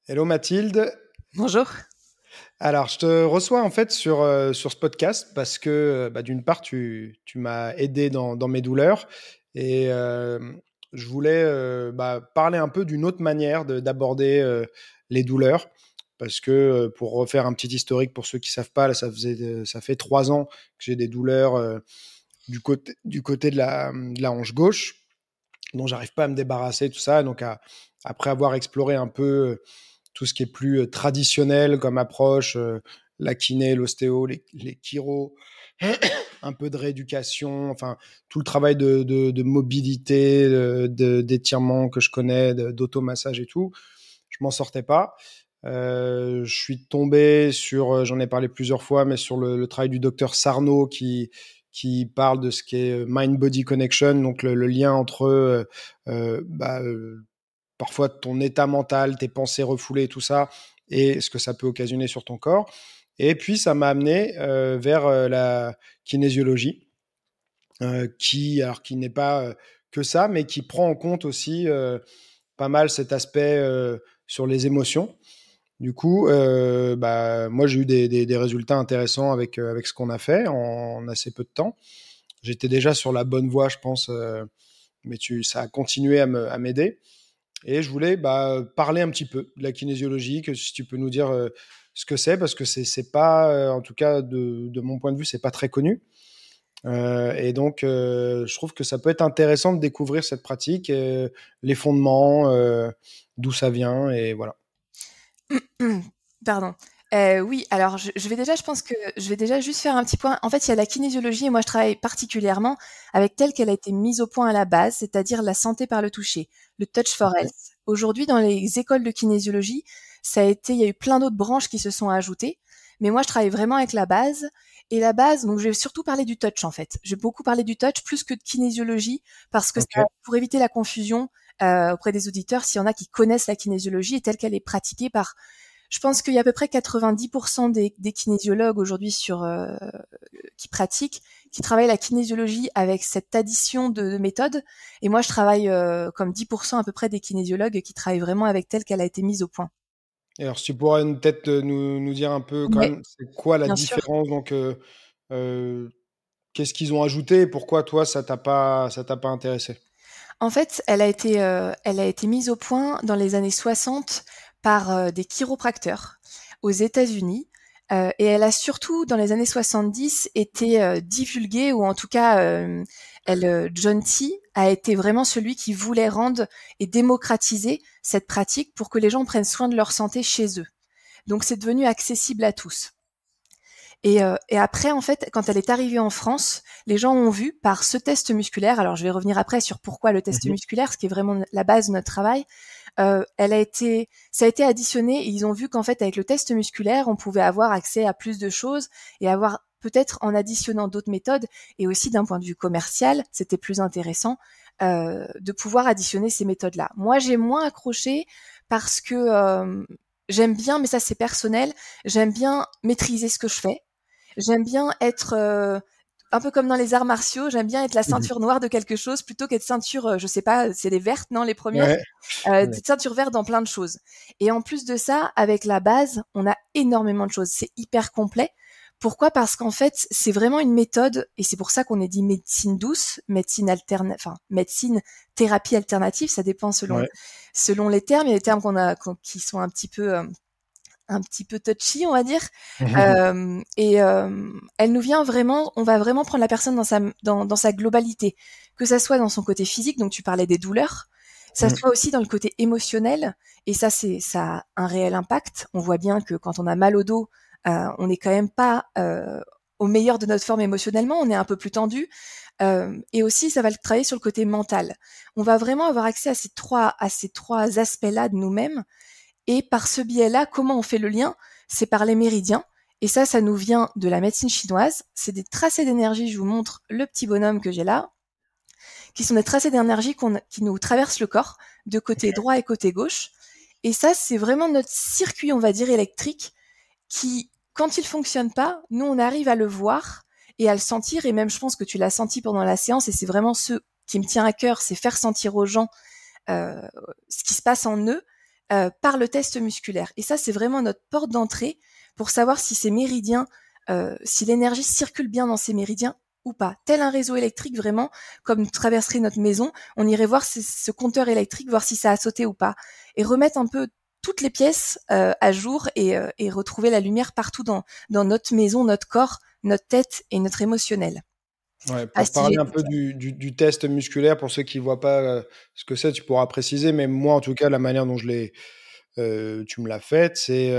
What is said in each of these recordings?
Hello Mathilde. Bonjour. Alors, je te reçois en fait sur ce podcast parce que d'une part, tu m'as aidé dans mes douleurs et je voulais parler un peu d'une autre manière d'aborder les douleurs parce que pour refaire un petit historique pour ceux qui savent pas, là, ça fait 3 ans que j'ai des douleurs du côté de la hanche gauche dont j'arrive pas à me débarrasser, tout ça. Donc, après avoir exploré un peu tout ce qui est plus traditionnel comme approche, la kiné, l'ostéo, les chiros, un peu de rééducation, enfin tout le travail de mobilité, d'étirement que je connais, d'automassage et tout, je m'en sortais pas. Je suis tombé sur, j'en ai parlé plusieurs fois, mais sur le travail du docteur Sarno qui parle de ce qui est mind-body connection, donc le lien entre parfois ton état mental, tes pensées refoulées, tout ça, et ce que ça peut occasionner sur ton corps. Et puis ça m'a amené vers la kinésiologie, qui n'est pas que ça, mais qui prend en compte aussi pas mal cet aspect sur les émotions. Du coup, moi j'ai eu des résultats intéressants avec ce qu'on a fait en assez peu de temps. J'étais déjà sur la bonne voie, je pense, mais ça a continué à m'aider. Et je voulais parler un petit peu de la kinésiologie, que si tu peux nous dire ce que c'est, parce que c'est pas, en tout cas de mon point de vue, c'est pas très connu. Et donc, je trouve que ça peut être intéressant de découvrir cette pratique, les fondements, d'où ça vient, et voilà. Pardon. Oui, alors je pense que je vais déjà juste faire un petit point. En fait, il y a la kinésiologie et moi je travaille particulièrement avec telle qu'elle a été mise au point à la base, c'est-à-dire la santé par le toucher, le touch for Ok. health. Aujourd'hui, dans les écoles de kinésiologie, il y a eu plein d'autres branches qui se sont ajoutées, mais moi je travaille vraiment avec la base. Et la base, donc je vais surtout parler du touch en fait. Je vais beaucoup parler du touch plus que de kinésiologie parce que Ok. pour éviter la confusion auprès des auditeurs, s'il y en a qui connaissent la kinésiologie et telle qu'elle est pratiquée par, je pense qu'il y a à peu près 90% des kinésiologues aujourd'hui qui pratiquent, qui travaillent la kinésiologie avec cette addition de méthodes. Et moi, je travaille comme 10% à peu près des kinésiologues qui travaillent vraiment avec telle qu'elle a été mise au point. Et alors, si tu pourrais peut-être nous dire un peu quand Ouais, même, c'est quoi la bien sûr. différence, donc euh, qu'est-ce qu'ils ont ajouté et pourquoi toi ça t'a pas intéressé? En fait, elle a été mise au point dans les années 60 par des chiropracteurs aux États-Unis. Et elle a surtout, dans les années 70, été divulguée, ou en tout cas, John T a été vraiment celui qui voulait rendre et démocratiser cette pratique pour que les gens prennent soin de leur santé chez eux. Donc c'est devenu accessible à tous. Et après, en fait, quand elle est arrivée en France, les gens ont vu par ce test musculaire, alors je vais revenir après sur pourquoi le test Mhm. musculaire, ce qui est vraiment la base de notre travail, ça a été additionné et ils ont vu qu'en fait, avec le test musculaire, on pouvait avoir accès à plus de choses et avoir peut-être en additionnant d'autres méthodes et aussi d'un point de vue commercial, c'était plus intéressant de pouvoir additionner ces méthodes-là. Moi, j'ai moins accroché parce que j'aime bien, mais ça c'est personnel, j'aime bien maîtriser ce que je fais. J'aime bien être un peu comme dans les arts martiaux, j'aime bien être la Mhm. ceinture noire de quelque chose plutôt qu'être ceinture, je sais pas, c'est les vertes, non, les premières, Ouais. Ouais. d'être ceinture verte dans plein de choses. Et en plus de ça, avec la base, on a énormément de choses. C'est hyper complet. Pourquoi? Parce qu'en fait, c'est vraiment une méthode, et c'est pour ça qu'on est dit médecine douce, médecine thérapie alternative, ça dépend Ouais. selon les termes. Il y a des termes qui sont un petit peu touchy, on va dire. Elle nous vient vraiment, on va vraiment prendre la personne dans sa globalité, que ça soit dans son côté physique, donc tu parlais des douleurs, ça Mhm. soit aussi dans le côté émotionnel, et ça a un réel impact. On voit bien que quand on a mal au dos, on n'est quand même pas au meilleur de notre forme émotionnellement, on est un peu plus tendu. Et aussi, ça va le travailler sur le côté mental. On va vraiment avoir accès à ces trois aspects-là de nous-mêmes et par ce biais-là, comment on fait le lien? C'est par les méridiens. Et ça nous vient de la médecine chinoise. C'est des tracés d'énergie. Je vous montre le petit bonhomme que j'ai là, qui sont des tracés d'énergie qui nous traversent le corps, de côté droit et côté gauche. Et ça, c'est vraiment notre circuit, on va dire, électrique, qui, quand il fonctionne pas, nous, on arrive à le voir et à le sentir. Et même, je pense que tu l'as senti pendant la séance. Et c'est vraiment ce qui me tient à cœur, c'est faire sentir aux gens euh, ce qui se passe en eux, par le test musculaire. Et ça, c'est vraiment notre porte d'entrée pour savoir si ces méridiens, si l'énergie circule bien dans ces méridiens ou pas. Tel un réseau électrique, vraiment, comme traverserait notre maison, on irait voir ce compteur électrique, voir si ça a sauté ou pas, et remettre un peu toutes les pièces à jour et retrouver la lumière partout dans notre maison, notre corps, notre tête et notre émotionnel. Ouais, Ah, pour si parler j'ai un peu du test musculaire, pour ceux qui voient pas ce que c'est, tu pourras préciser, mais moi, en tout cas, la manière dont tu me l'as faite, c'est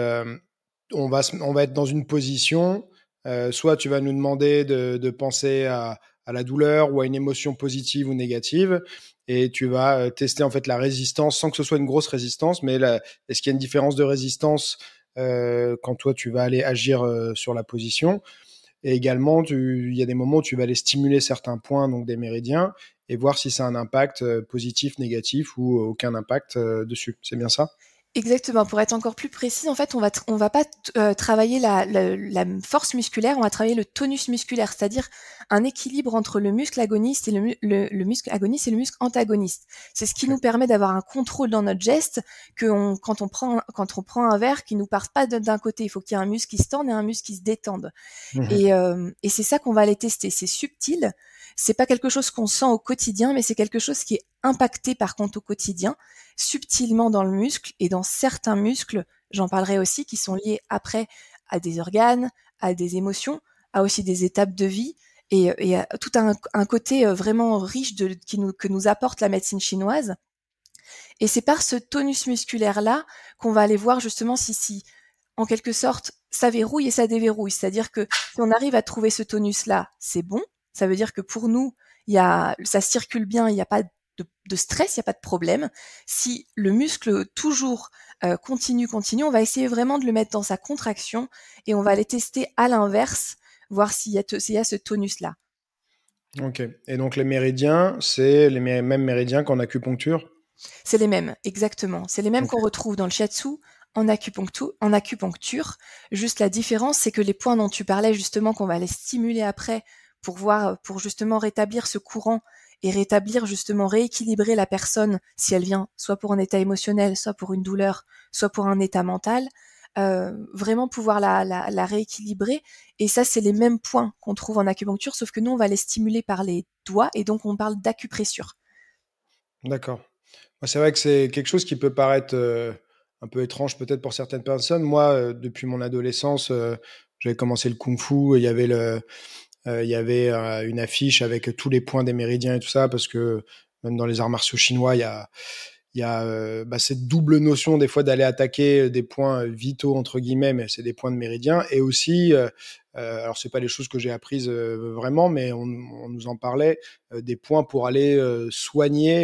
on va être dans une position, soit tu vas nous demander de penser à la douleur ou à une émotion positive ou négative, et tu vas tester en fait la résistance sans que ce soit une grosse résistance, mais est-ce qu'il y a une différence de résistance quand toi tu vas aller agir sur la position. Et également, il y a des moments où tu vas aller stimuler certains points, donc des méridiens, et voir si ça a un impact positif, négatif ou aucun impact dessus. C'est bien ça? Exactement. Pour être encore plus précis, en fait, on va pas travailler la force musculaire, on va travailler le tonus musculaire, c'est-à-dire un équilibre entre le muscle agoniste et le muscle agoniste et le muscle antagoniste. C'est ce qui Ok. nous permet d'avoir un contrôle dans notre geste, quand on prend un verre, qui nous parte pas d'un côté. Il faut qu'il y ait un muscle qui se tende et un muscle qui se détende. Mhm. Et c'est ça qu'on va aller tester. C'est subtil. C'est pas quelque chose qu'on sent au quotidien, mais c'est quelque chose qui est impacté par contre au quotidien, subtilement dans le muscle et dans certains muscles, j'en parlerai aussi, qui sont liés après à des organes, à des émotions, à aussi des étapes de vie et à tout un côté vraiment riche que nous apporte la médecine chinoise. Et c'est par ce tonus musculaire-là qu'on va aller voir justement si en quelque sorte, ça verrouille et ça déverrouille. C'est-à-dire que si on arrive à trouver ce tonus-là, c'est bon. Ça veut dire que pour nous, ça circule bien, il n'y a pas de stress, il n'y a pas de problème. Si le muscle toujours continue, on va essayer vraiment de le mettre dans sa contraction et on va aller tester à l'inverse, voir s'il y a ce tonus-là. Ok. Et donc les méridiens, c'est mêmes méridiens qu'en acupuncture? C'est les mêmes, exactement. C'est les mêmes Ok. qu'on retrouve dans le shiatsu, en acupuncture. Juste la différence, c'est que les points dont tu parlais justement, qu'on va les stimuler après pour justement rétablir ce courant et rétablir justement, rééquilibrer la personne si elle vient soit pour un état émotionnel, soit pour une douleur, soit pour un état mental, vraiment pouvoir la rééquilibrer. Et ça, c'est les mêmes points qu'on trouve en acupuncture, sauf que nous, on va les stimuler par les doigts et donc on parle d'acupressure. D'accord. Moi, c'est vrai que c'est quelque chose qui peut paraître un peu étrange peut-être pour certaines personnes. Moi, depuis mon adolescence, j'avais commencé le kung-fu. Et il y avait une affiche avec tous les points des méridiens et tout ça, parce que même dans les arts martiaux chinois, il y a cette double notion des fois d'aller attaquer des points vitaux entre guillemets, mais c'est des points de méridien. Et aussi, alors c'est pas les choses que j'ai apprises vraiment, mais on nous en parlait, des points pour aller soigner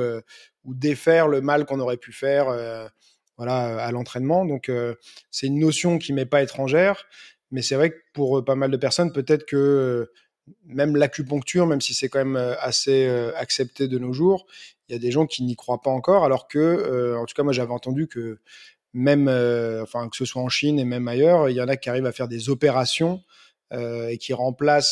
ou défaire le mal qu'on aurait pu faire, voilà, à l'entraînement. Donc c'est une notion qui m'est pas étrangère, mais c'est vrai que pour pas mal de personnes, peut-être que même l'acupuncture, même si c'est quand même assez accepté de nos jours, il y a des gens qui n'y croient pas encore, alors que, en tout cas, moi j'avais entendu que même, enfin que ce soit en Chine et même ailleurs, il y en a qui arrivent à faire des opérations et qui remplacent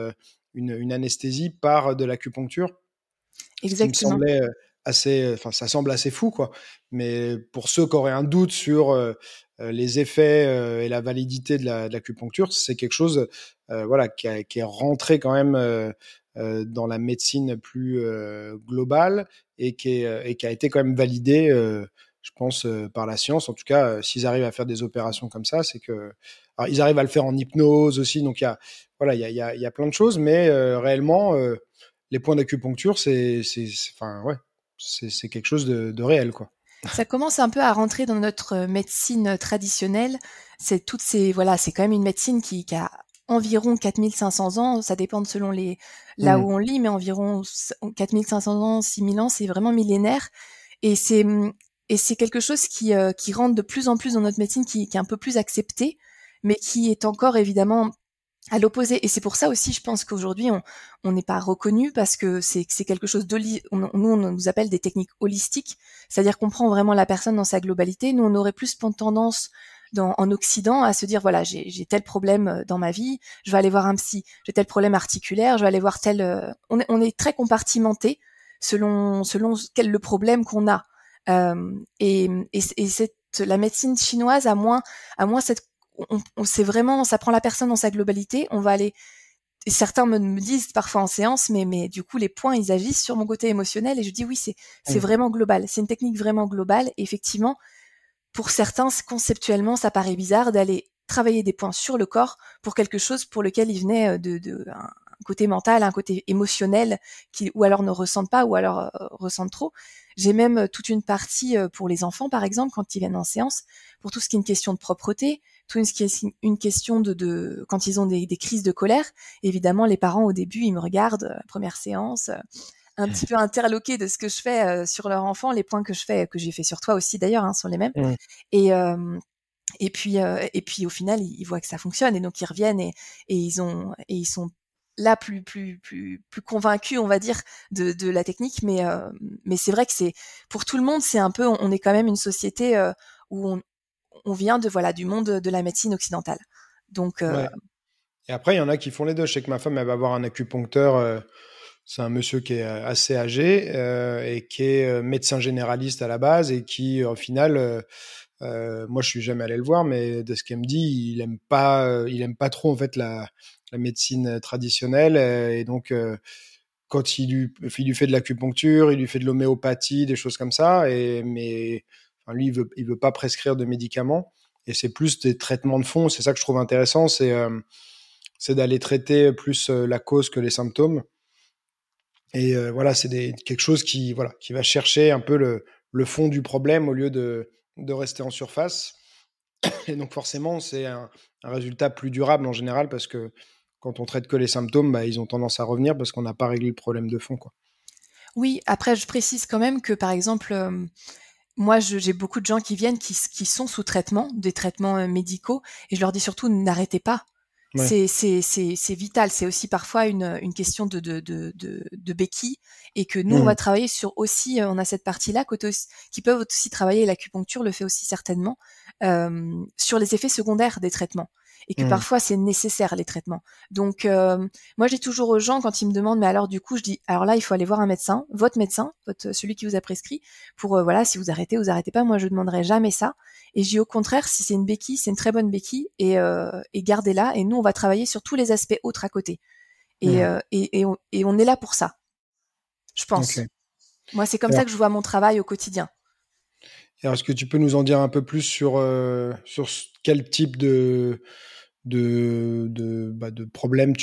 une anesthésie par de l'acupuncture, ce qui me Exactement. semblait assez, enfin ça semble assez fou, quoi. Mais pour ceux qui auraient un doute sur les effets et la validité de l'acupuncture, c'est quelque chose, voilà, qui est rentré quand même dans la médecine plus globale et qui a été quand même validé, je pense, par la science. En tout cas, s'ils arrivent à faire des opérations comme ça, c'est que alors, ils arrivent à le faire en hypnose aussi. Donc il y a voilà, il y a plein de choses, mais réellement, les points d'acupuncture, enfin ouais, c'est quelque chose de réel, quoi. Ça commence un peu à rentrer dans notre médecine traditionnelle. C'est voilà, c'est quand même une médecine qui a environ 4500 ans. Ça dépend de selon là Mmh. où on lit, mais environ 4500 ans, 6000 ans, c'est vraiment millénaire. Et c'est quelque chose qui rentre de plus en plus dans notre médecine, qui est un peu plus accepté, mais qui est encore évidemment à l'opposé. Et c'est pour ça aussi, je pense qu'aujourd'hui, on n'est pas reconnu parce que c'est quelque chose nous, on nous appelle des techniques holistiques, c'est-à-dire qu'on prend vraiment la personne dans sa globalité. Nous, on aurait plus tendance en Occident à se dire, voilà, j'ai tel problème dans ma vie, je vais aller voir un psy. J'ai tel problème articulaire, je vais aller voir on est très compartimenté selon quel le problème qu'on a. La médecine chinoise a moins cette, c'est vraiment, ça prend la personne dans sa globalité. On va aller, et certains me disent parfois en séance, mais du coup les points ils agissent sur mon côté émotionnel, et je dis oui, c'est vraiment global, c'est une technique vraiment globale. Et effectivement, pour certains, conceptuellement, ça paraît bizarre d'aller travailler des points sur le corps pour quelque chose pour lequel ils venaient un côté mental, un côté émotionnel, ou alors ne ressentent pas, ou alors ressentent trop. J'ai même toute une partie pour les enfants, par exemple, quand ils viennent en séance, pour tout ce qui est une question de propreté, tout ce qui est une question de quand ils ont des crises de colère. Évidemment, les parents, au début, ils me regardent, première séance, un petit peu interloqués de ce que je fais sur leur enfant, les points que je fais, que j'ai fait sur toi aussi d'ailleurs, sont les mêmes. Et puis au final, ils voient que ça fonctionne, et donc ils reviennent, et ils sont là plus convaincus, on va dire, de la technique. Mais c'est vrai que c'est pour tout le monde, c'est un peu, on est quand même une société où on vient du monde de la médecine occidentale. Donc Ouais. Et après, il y en a qui font les deux. Je sais que ma femme, elle va voir un acupuncteur. C'est un monsieur qui est assez âgé et qui est médecin généraliste à la base et qui, au final, moi, je suis jamais allé le voir, mais de ce qu'elle me dit, il aime pas trop en fait la médecine traditionnelle. Et donc, quand il lui fait de l'acupuncture, il lui fait de l'homéopathie, des choses comme ça. Mais enfin, lui, il veut pas prescrire de médicaments. Et c'est plus des traitements de fond. C'est ça que je trouve intéressant, c'est d'aller traiter plus la cause que les symptômes. Et voilà, c'est quelque chose qui va chercher un peu le fond du problème au lieu de rester en surface. Et donc forcément, c'est un résultat plus durable en général parce que quand on traite que les symptômes, bah, ils ont tendance à revenir parce qu'on n'a pas réglé le problème de fond, quoi. oui, après je précise quand même que par exemple, moi j'ai beaucoup de gens qui viennent qui sont sous traitement, des traitements médicaux, et je leur dis surtout n'arrêtez pas. Ouais. C'est vital. C'est aussi parfois une question de béquille, et que nous on va Mmh. travailler sur aussi, on a cette partie-là qui peuvent aussi travailler. L'acupuncture le fait aussi certainement sur les effets secondaires des traitements, et que Mmh. parfois c'est nécessaire, les traitements. Donc moi je dis toujours aux gens quand ils me demandent mais alors du coup, je dis alors là il faut aller voir un médecin, celui qui vous a prescrit, pour voilà, si vous arrêtez pas. Moi je demanderai jamais ça. Et j'ai au contraire, si c'est une béquille, c'est une très bonne béquille, et gardez-la. Et nous, on va travailler sur tous les aspects autres à côté. Mmh. Et on est là pour ça, je Ok. pense. Moi, c'est comme ça Alors, que je vois mon travail au quotidien. est-ce que tu peux nous en dire un peu plus sur quel type de problème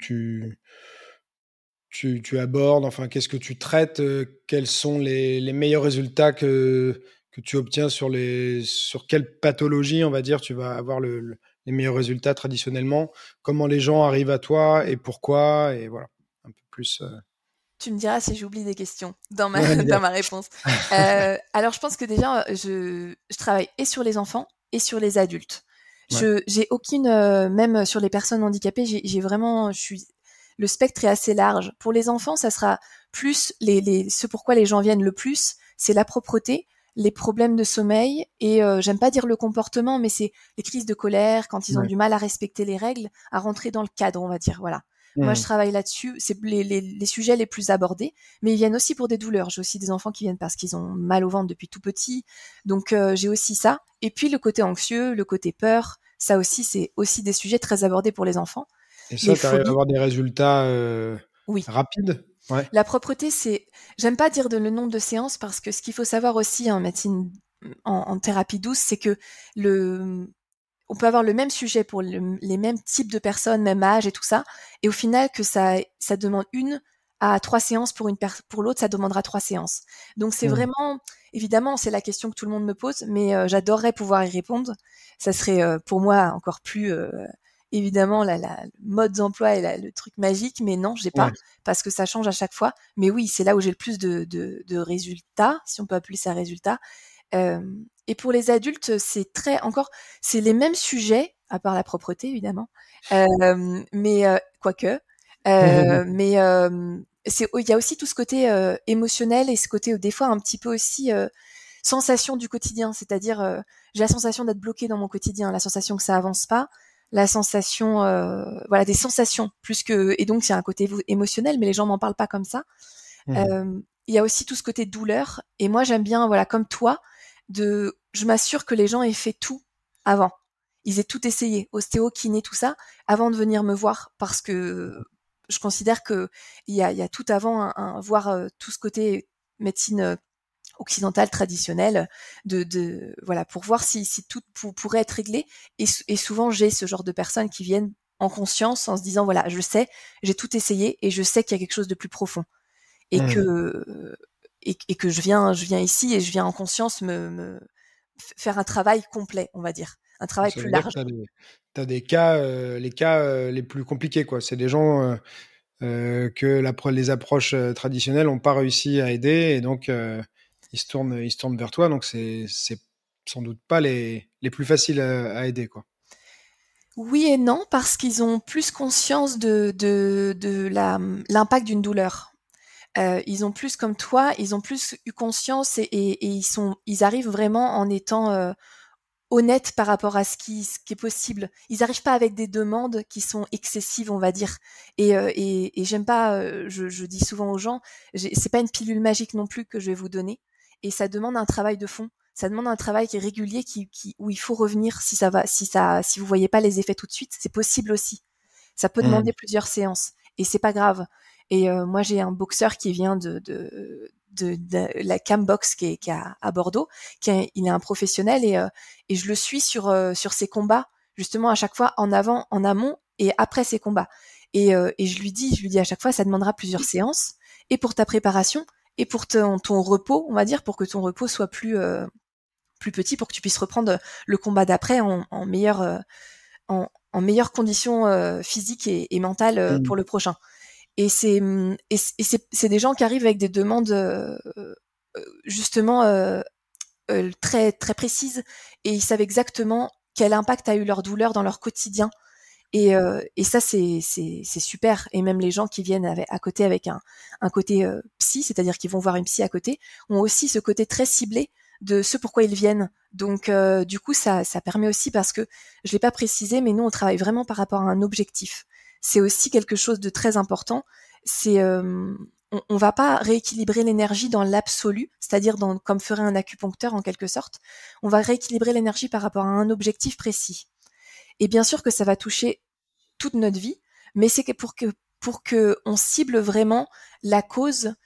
tu abordes, enfin, qu'est-ce que tu traites, quels sont les meilleurs résultats que tu obtiens sur quelle pathologie, on va dire, tu vas avoir les meilleurs résultats traditionnellement, comment les gens arrivent à toi et pourquoi, et voilà, un peu plus. Tu me diras si j'oublie des questions dans ma, Ouais, dans ma réponse. Alors, je pense que déjà, je travaille et sur les enfants et sur les adultes. ouais, J'ai aucune, même sur les personnes handicapées, j'ai vraiment, le spectre est assez large. Pour les enfants, ça sera plus ce pourquoi les gens viennent le plus, c'est la propreté, les problèmes de sommeil, et j'aime pas dire le comportement, mais c'est les crises de colère, quand ils ont ouais. du mal à respecter les règles, à rentrer dans le cadre, on va dire, voilà. Moi, je Mmh. travaille là-dessus. C'est les sujets les plus abordés, mais ils viennent aussi pour des douleurs. J'ai aussi des enfants qui viennent parce qu'ils ont mal au ventre depuis tout petit. Donc, j'ai aussi ça. Et puis, le côté anxieux, le côté peur, ça aussi, c'est aussi des sujets très abordés pour les enfants. Et Les ça, tu arrives à phobies, avoir des résultats oui. rapides? Ouais. La propreté, j'aime pas dire le nombre de séances, parce que ce qu'il faut savoir aussi en médecine, en thérapie douce, c'est que on peut avoir le même sujet pour les mêmes types de personnes, même âge et tout ça, et au final que ça demande 1 à 3 séances pour l'autre, ça demandera 3 séances. Donc c'est Mmh. vraiment, évidemment, c'est la question que tout le monde me pose, mais j'adorerais pouvoir y répondre. Ça serait pour moi encore plus évidemment la mode d'emploi et le truc magique, mais non, j'ai Ouais. pas, parce que ça change à chaque fois. Mais oui, c'est là où j'ai le plus de résultats, si on peut appeler ça résultats. Et pour les adultes, c'est les mêmes sujets, à part la propreté évidemment, mais quoique, mais il y a aussi tout ce côté émotionnel, et ce côté des fois un petit peu aussi sensation du quotidien, c'est-à-dire j'ai la sensation d'être bloquée dans mon quotidien, la sensation que ça avance pas, la sensation, des sensations plus que, et donc c'est un côté émotionnel, mais les gens m'en parlent pas comme ça. Mmh. il y a aussi tout ce côté douleur. Et moi, j'aime bien, voilà, comme toi, je m'assure que les gens aient fait tout avant. Ils aient tout essayé, ostéo, kiné, tout ça, avant de venir me voir, parce que je considère que il y a tout avant, voir tout ce côté médecine occidentale traditionnelle, voilà, pour voir si tout pourrait être réglé. Et souvent, j'ai ce genre de personnes qui viennent en conscience, en se disant voilà, je sais, j'ai tout essayé et je sais qu'il y a quelque chose de plus profond et Mmh. que je viens ici et je viens en conscience me faire un travail complet, on va dire, un travail Ça plus veut dire large. que t'as des cas, les cas les plus compliqués, quoi. C'est des gens que les approches traditionnelles n'ont pas réussi à aider, et donc ils se tournent vers toi. Donc c'est sans doute pas les plus faciles à aider, quoi. Oui et non, parce qu'ils ont plus conscience de l'impact d'une douleur. Ils ont plus comme toi, ils ont plus eu conscience et ils arrivent vraiment en étant honnêtes par rapport à ce qui est possible. Ils arrivent pas avec des demandes qui sont excessives, on va dire. Et j'aime pas. Je dis souvent aux gens, c'est pas une pilule magique non plus que je vais vous donner. Et ça demande un travail de fond. Ça demande un travail qui est régulier, où il faut revenir si ça va, si vous voyez pas les effets tout de suite, c'est possible aussi. Ça peut demander Mmh. plusieurs séances et c'est pas grave. Et moi, j'ai un boxeur qui vient de la Cambox qui est à Bordeaux. Il est un professionnel et je le suis sur ses combats, justement à chaque fois en avant, en amont et après ses combats. Et je lui dis à chaque fois, ça demandera plusieurs séances et pour ta préparation et pour ton repos, on va dire, pour que ton repos soit plus petit, pour que tu puisses reprendre le combat d'après en meilleure en meilleures conditions physiques et mentales Mmh. pour le prochain. C'est des gens qui arrivent avec des demandes justement très très précises et ils savent exactement quel impact a eu leur douleur dans leur quotidien. Et ça c'est super. Et même les gens qui viennent à côté avec un côté psy, c'est-à-dire qu'ils vont voir une psy à côté, ont aussi ce côté très ciblé de ce pourquoi ils viennent. Donc du coup ça permet aussi, parce que je l'ai pas précisé, mais nous on travaille vraiment par rapport à un objectif. C'est aussi quelque chose de très important. C'est on va pas rééquilibrer l'énergie dans l'absolu, c'est-à-dire comme ferait un acupuncteur en quelque sorte. On va rééquilibrer l'énergie par rapport à un objectif précis. Et bien sûr que ça va toucher toute notre vie, mais c'est que pour que on cible vraiment la cause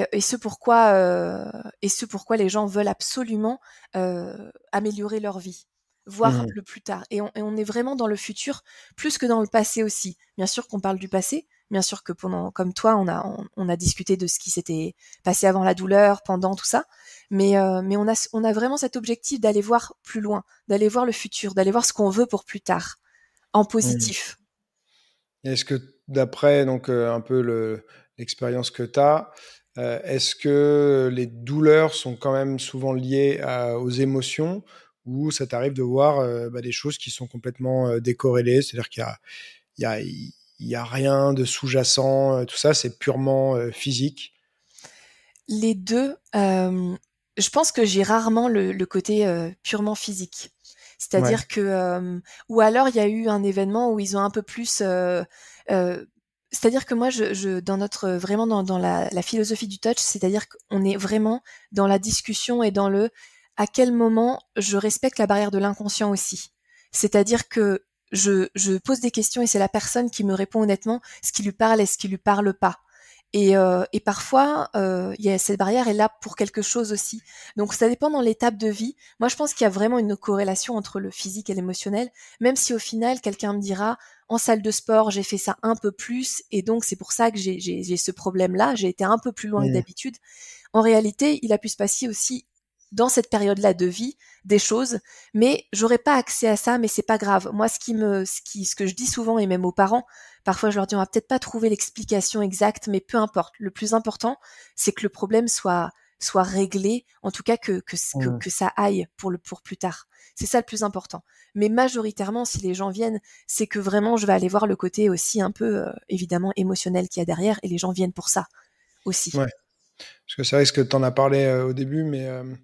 et ce pourquoi les gens veulent absolument améliorer leur vie, voir Mmh. le plus tard. Et on est vraiment dans le futur plus que dans le passé aussi. Bien sûr qu'on parle du passé, bien sûr que comme toi, on a discuté de ce qui s'était passé avant la douleur, pendant tout ça, mais on a vraiment cet objectif d'aller voir plus loin, d'aller voir le futur, d'aller voir ce qu'on veut pour plus tard, en Mmh. positif. Est-ce que d'après donc un peu l'expérience que tu as, est-ce que les douleurs sont quand même souvent liées aux émotions, ou ça t'arrive de voir des choses qui sont complètement décorrélées, c'est-à-dire il y a rien de sous-jacent, tout ça, c'est purement physique. Les 2, je pense que j'ai rarement le côté, purement physique. Ouais. C'est-à-dire que, ou alors il y a eu un événement où ils ont un peu plus, c'est-à-dire que moi je dans notre vraiment dans la philosophie du touch, c'est-à-dire qu'on est vraiment dans la discussion et dans à quel moment je respecte la barrière de l'inconscient aussi. C'est-à-dire que je pose des questions et c'est la personne qui me répond honnêtement ce qui lui parle et ce qui lui parle pas. Et parfois, cette barrière est là pour quelque chose aussi. Donc ça dépend dans l'étape de vie. Moi, je pense qu'il y a vraiment une corrélation entre le physique et l'émotionnel, même si au final, quelqu'un me dira, en salle de sport, j'ai fait ça un peu plus, et donc c'est pour ça que j'ai ce problème-là, j'ai été un peu plus loin que Mmh. d'habitude. En réalité, il a pu se passer aussi dans cette période-là de vie des choses, mais j'aurais pas accès à ça, mais c'est pas grave. Moi, ce que je dis souvent, et même aux parents, parfois je leur dis, on va peut-être pas trouver l'explication exacte, mais peu importe. Le plus important, c'est que le problème soit réglé, en tout cas Mmh. que ça aille pour plus tard. C'est ça le plus important. Mais majoritairement, si les gens viennent, c'est que vraiment, je vais aller voir le côté aussi un peu, évidemment, émotionnel qu'il y a derrière, et les gens viennent pour ça aussi. Ouais. Parce que c'est vrai ce que tu en as parlé au début, mais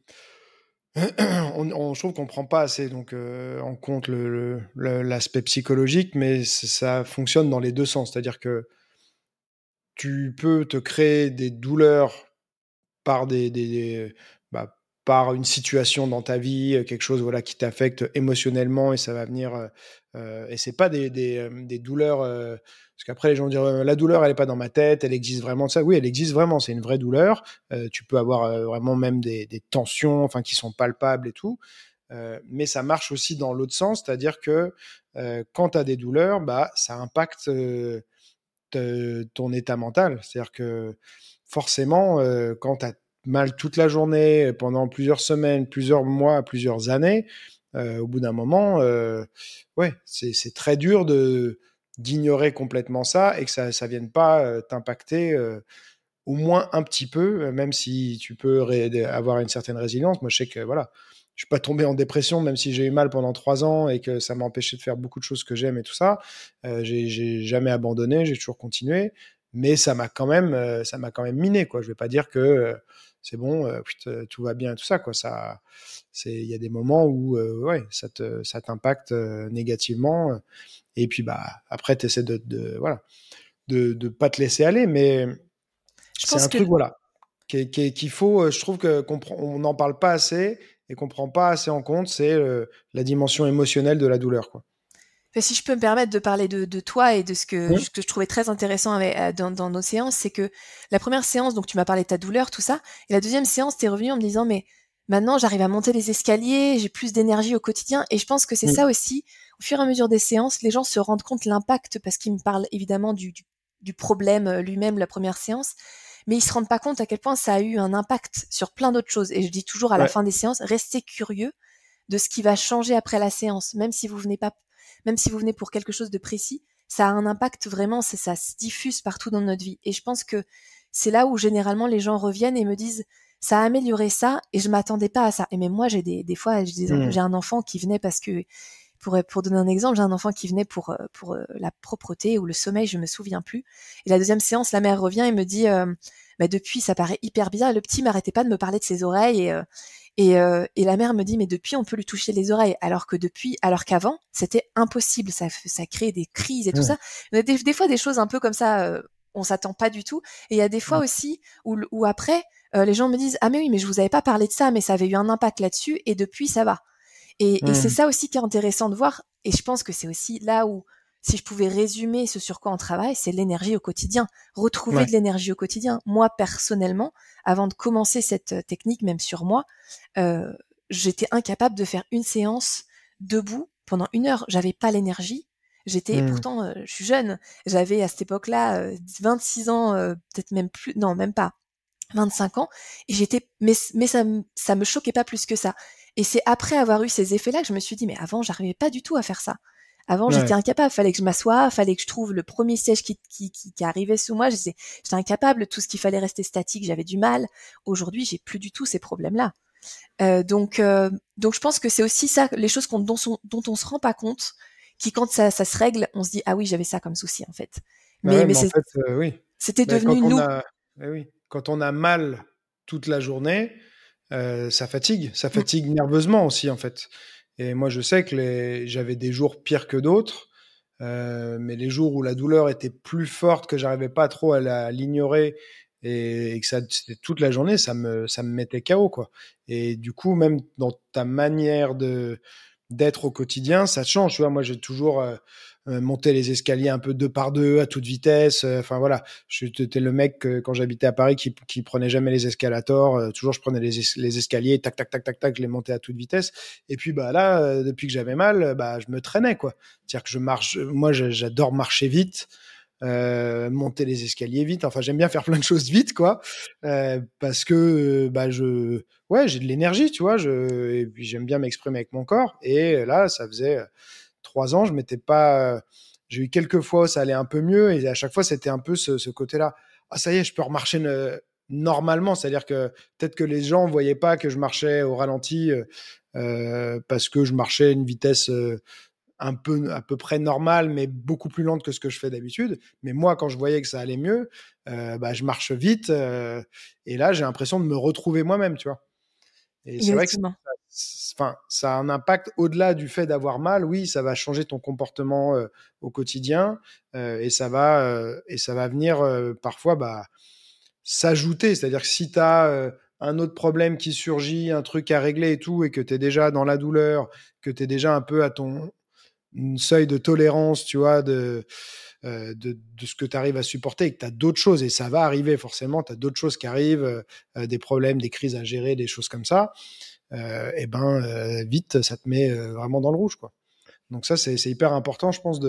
je trouve qu'on prend pas assez donc en compte l'aspect psychologique, mais ça fonctionne dans les deux sens. C'est-à-dire que tu peux te créer des douleurs par bah, par une situation dans ta vie, quelque chose voilà qui t'affecte émotionnellement et ça va venir et c'est pas des douleurs parce qu'après les gens diront la douleur elle est pas dans ma tête, elle existe vraiment ça. Oui, elle existe vraiment, c'est une vraie douleur. Tu peux avoir vraiment même des tensions enfin qui sont palpables et tout. Mais ça marche aussi dans l'autre sens, c'est-à-dire que quand tu as des douleurs, bah, ça impacte ton état mental. C'est-à-dire que forcément, quand tu as mal toute la journée, pendant plusieurs semaines, plusieurs mois, plusieurs années, au bout d'un moment, ouais, c'est très dur d'ignorer complètement ça et que ça ne vienne pas t'impacter au moins un petit peu, même si tu peux avoir une certaine résilience. Moi, je sais que voilà, je suis pas tombé en dépression, même si j'ai eu mal pendant 3 ans et que ça m'a empêché de faire beaucoup de choses que j'aime et tout ça. J'ai jamais abandonné, j'ai toujours continué, mais ça m'a quand même miné, quoi. Je vais pas dire que c'est bon, tout va bien et tout ça, quoi. Il y a des moments où, ouais, ça t'impacte négativement. Et puis, bah, après, tu essaies voilà, de pas te laisser aller, mais Je c'est pense un que truc, voilà, qu'il faut, je trouve on n'en parle pas assez et qu'on prend pas assez en compte, c'est la dimension émotionnelle de la douleur, quoi. si je peux me permettre de parler de toi et de Mmh. ce que je trouvais très intéressant dans nos séances, c'est que la première séance, donc tu m'as parlé de ta douleur, tout ça, et la deuxième séance, t'es revenu en me disant, mais maintenant j'arrive à monter les escaliers, j'ai plus d'énergie au quotidien, et je pense que c'est Mmh. ça aussi, au fur et à mesure des séances, les gens se rendent compte l'impact, parce qu'ils me parlent évidemment du problème lui-même, la première séance, mais ils se rendent pas compte à quel point ça a eu un impact sur plein d'autres choses. Et je dis toujours à la Ouais. fin des séances, restez curieux de ce qui va changer après la séance, même si vous venez pour quelque chose de précis, ça a un impact vraiment, ça se diffuse partout dans notre vie. Et je pense que c'est là où généralement les gens reviennent et me disent ça a amélioré ça et je m'attendais pas à ça. Et même moi, des fois, Mmh. j'ai un enfant qui venait parce que pour donner un exemple, j'ai un enfant qui venait pour la propreté ou le sommeil, je me souviens plus. Et la deuxième séance, la mère revient et me dit, bah depuis, ça paraît hyper bizarre. Le petit m'arrêtait pas de me parler de ses oreilles et la mère me dit, mais depuis, on peut lui toucher les oreilles, alors qu'avant, c'était impossible. Ça crée des crises et tout Mmh. ça. Il y a des fois des choses un peu comme ça, on s'attend pas du tout. Et il y a des fois Mmh. aussi où après, les gens me disent, ah mais oui, mais je vous avais pas parlé de ça, mais ça avait eu un impact là-dessus et depuis, ça va. Et c'est Mmh. ça aussi qui est intéressant de voir. Et je pense que c'est aussi là où, si je pouvais résumer ce sur quoi on travaille, c'est l'énergie au quotidien. Retrouver Ouais. de l'énergie au quotidien. Moi, personnellement, avant de commencer cette technique, même sur moi, euh, j'étais incapable de faire une séance debout pendant 1 heure. J'avais pas l'énergie. Mmh. Pourtant, je suis jeune. J'avais à cette époque-là 26 ans, peut-être même plus, non, même pas. 25 ans et mais ça me choquait pas plus que ça et c'est après avoir eu ces effets-là que je me suis dit mais avant j'arrivais pas du tout à faire ça. Avant j'étais Ouais. incapable, fallait que je m'assoie, fallait que je trouve le premier siège qui arrivait sous moi, j'étais incapable, tout ce qu'il fallait rester statique, j'avais du mal. Aujourd'hui, j'ai plus du tout ces problèmes-là. Donc je pense que c'est aussi ça, les choses dont on se rend pas compte, qui quand ça se règle, on se dit ah oui j'avais ça comme souci en fait. Bah, ouais, Mais mais en fait, oui. c'était Bah, devenu nous. oui, quand on a mal toute la journée, ça fatigue nerveusement aussi, en fait. Et moi, je sais que j'avais des jours pires que d'autres, mais les jours où la douleur était plus forte, que j'arrivais pas trop à l'ignorer et que c'était toute la journée, ça me mettait KO, quoi. Et du coup, même dans ta manière d'être au quotidien, ça change. Tu vois, moi, j'ai toujours monté les escaliers un peu deux par deux à toute vitesse. Enfin voilà, j'étais le mec quand j'habitais à Paris qui prenait jamais les escalators. Toujours, je prenais les escaliers, tac tac tac tac tac, je les montais à toute vitesse. Et puis bah là, depuis que j'avais mal, bah je me traînais quoi. C'est-à-dire que je marche. Moi, j'adore marcher vite. Monter les escaliers vite. Enfin, j'aime bien faire plein de choses vite, quoi, parce que bah ouais, j'ai de l'énergie, tu vois. Et puis j'aime bien m'exprimer avec mon corps. Et là, ça faisait 3 ans, je m'étais pas. J'ai eu quelques fois où ça allait un peu mieux, et à chaque fois, c'était un peu ce côté-là. Ah, ça y est, je peux remarcher normalement. C'est-à-dire que peut-être que les gens voyaient pas que je marchais au ralenti parce que je marchais à une vitesse à peu près normale, mais beaucoup plus lente que ce que je fais d'habitude. Mais moi, quand je voyais que ça allait mieux, bah, je marche vite. Et là, j'ai l'impression de me retrouver moi-même, tu vois. Et c'est vrai que Exactement. enfin, ça a un impact au-delà du fait d'avoir mal. Oui, ça va changer ton comportement au quotidien et ça va venir parfois bah, s'ajouter. C'est-à-dire que si tu as un autre problème qui surgit, un truc à régler et tout, et que tu es déjà dans la douleur, que tu es déjà un peu à ton seuil de tolérance, tu vois, de ce que tu arrives à supporter, et que tu as d'autres choses, et ça va arriver forcément, tu as d'autres choses qui arrivent, des problèmes, des crises à gérer, des choses comme ça, et ben vite, ça te met vraiment dans le rouge, quoi. Donc ça, c'est hyper important, je pense,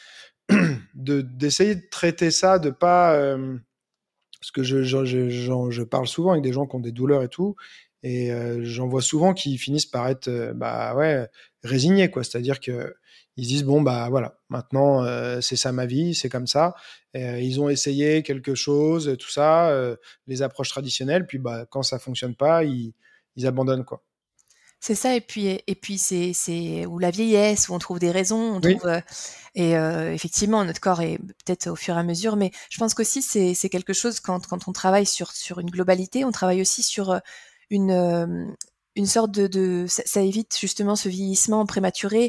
d'essayer de traiter ça, de pas... parce que je parle souvent avec des gens qui ont des douleurs et tout, et j'en vois souvent qui finissent par être bah ouais, résignés, quoi. C'est-à-dire que ils se disent bon bah voilà, maintenant c'est ça ma vie, c'est comme ça. Ils ont essayé quelque chose, tout ça, les approches traditionnelles, puis bah quand ça fonctionne pas, ils abandonnent, quoi. C'est ça, et puis c'est ou la vieillesse, où on trouve des raisons, on Oui. trouve, effectivement, notre corps est peut-être au fur et à mesure, mais je pense qu'aussi c'est quelque chose quand on travaille sur une globalité, on travaille aussi sur, une, une sorte de ça évite justement ce vieillissement prématuré,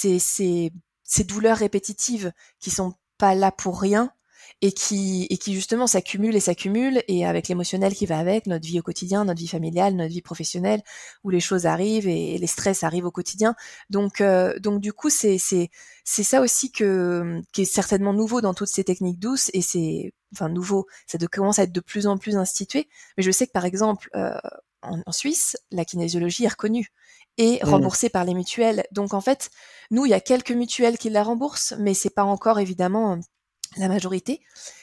ces douleurs répétitives qui sont pas là pour rien et qui justement s'accumulent et s'accumulent, et avec l'émotionnel qui va avec, notre vie au quotidien, notre vie familiale, notre vie professionnelle, où les choses arrivent et les stress arrivent au quotidien. Donc du coup, c'est ça aussi qui est certainement nouveau dans toutes ces techniques douces, et c'est enfin nouveau, commence à être de plus en plus institué. Mais je sais que par exemple, en Suisse, la kinésiologie est reconnue et Mmh. remboursée par les mutuelles. Donc en fait, nous, il y a quelques mutuelles qui la remboursent, mais c'est pas encore évidemment la majorité.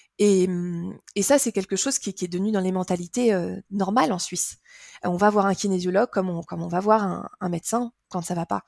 Et ça, c'est quelque chose qui est devenu dans les mentalités normales en Suisse. On va voir un kinésiologue comme on va voir un médecin quand ça va pas.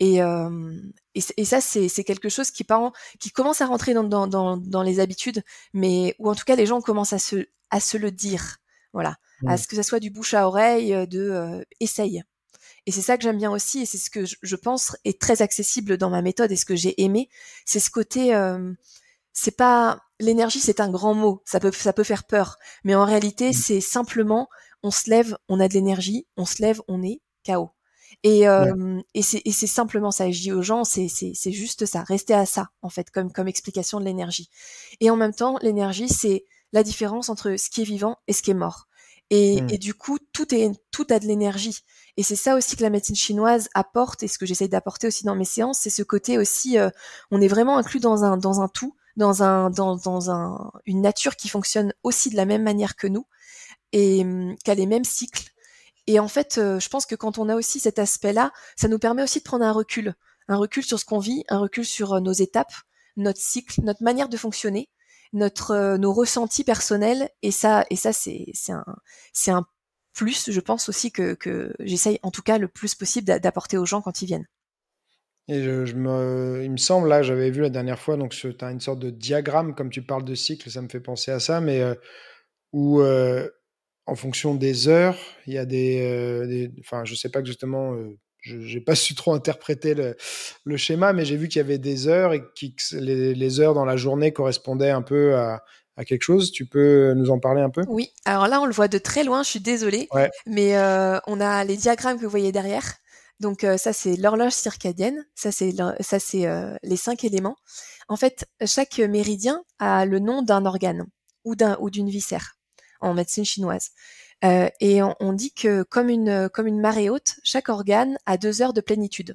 Et ça, c'est quelque chose qui commence à rentrer dans les habitudes, mais ou en tout cas, les gens commencent à se le dire. Voilà. À Mmh. ce que ça soit du bouche à oreille, essaye. Et c'est ça que j'aime bien aussi, et c'est ce que je pense est très accessible dans ma méthode, et ce que j'ai aimé, c'est ce côté c'est pas l'énergie, c'est un grand mot, ça peut faire peur, mais en réalité, Mmh. c'est simplement on se lève, on a de l'énergie, on se lève, on est KO. Et Ouais. c'est simplement ça. Et je dis aux gens, c'est juste ça, rester à ça en fait comme explication de l'énergie. Et en même temps, l'énergie, c'est la différence entre ce qui est vivant et ce qui est mort. Et Mmh. du coup, tout a de l'énergie. Et c'est ça aussi que la médecine chinoise apporte, et ce que j'essaye d'apporter aussi dans mes séances, c'est ce côté aussi, on est vraiment inclus dans un tout, une nature qui fonctionne aussi de la même manière que nous, et qui a les mêmes cycles. Et en fait, je pense que quand on a aussi cet aspect-là, ça nous permet aussi de prendre un recul sur ce qu'on vit, un recul sur nos étapes, notre cycle, notre manière de fonctionner, nos ressentis personnels. Et ça, c'est un plus, je pense aussi que j'essaye, en tout cas, le plus possible d'apporter aux gens quand ils viennent. Et il me semble, là, j'avais vu la dernière fois, donc tu as une sorte de diagramme, comme tu parles de cycle, ça me fait penser à ça, mais où, en fonction des heures, il y a enfin, je sais pas exactement, j'ai pas su trop interpréter le schéma, mais j'ai vu qu'il y avait des heures et que les heures dans la journée correspondaient un peu à quelque chose. Tu peux nous en parler un peu? Oui, alors là, on le voit de très loin, je suis désolée, Ouais. mais on a les diagrammes que vous voyez derrière. Donc ça, c'est l'horloge circadienne, ça c'est les 5 éléments. En fait, chaque méridien a le nom d'un organe ou d'une viscère en médecine chinoise. Et on dit que comme une marée haute, chaque organe a 2 heures de plénitude.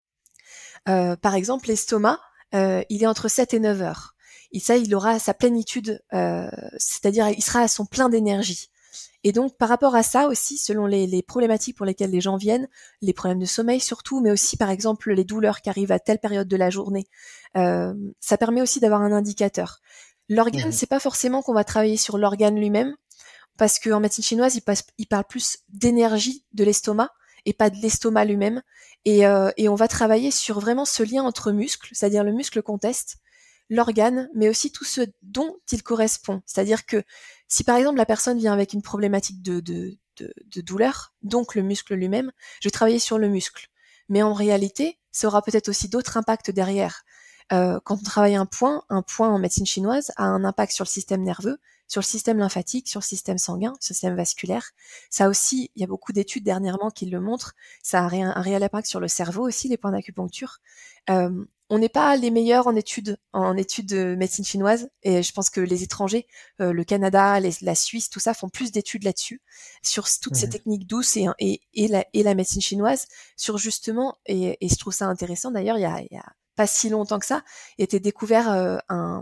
Par exemple, l'estomac, il est entre 7 et 9 heures. Et ça, il aura sa plénitude, c'est-à-dire il sera à son plein d'énergie. Et donc, par rapport à ça aussi, selon les problématiques pour lesquelles les gens viennent, les problèmes de sommeil surtout, mais aussi par exemple les douleurs qui arrivent à telle période de la journée, ça permet aussi d'avoir un indicateur. L'organe, Mhm. c'est pas forcément qu'on va travailler sur l'organe lui-même, parce qu'en médecine chinoise, il parle plus d'énergie de l'estomac et pas de l'estomac lui-même. Et on va travailler sur vraiment ce lien entre muscles, c'est-à-dire le muscle qu'on teste, l'organe, mais aussi tout ce dont il correspond. C'est-à-dire que si par exemple la personne vient avec une problématique de douleur, donc le muscle lui-même, je vais travailler sur le muscle. Mais en réalité, ça aura peut-être aussi d'autres impacts derrière. Quand on travaille un point en médecine chinoise a un impact sur le système nerveux, sur le système lymphatique, sur le système sanguin, sur le système vasculaire. Ça aussi, il y a beaucoup d'études dernièrement qui le montrent. Ça a un réel impact sur le cerveau aussi, les points d'acupuncture. on n'est pas les meilleurs en études de médecine chinoise, et je pense que les étrangers, le Canada, la Suisse, tout ça, font plus d'études là-dessus, sur toutes ces Mhm. techniques douces et la médecine chinoise, sur justement, et je trouve ça intéressant d'ailleurs, il y a pas si longtemps que ça, il a été découvert un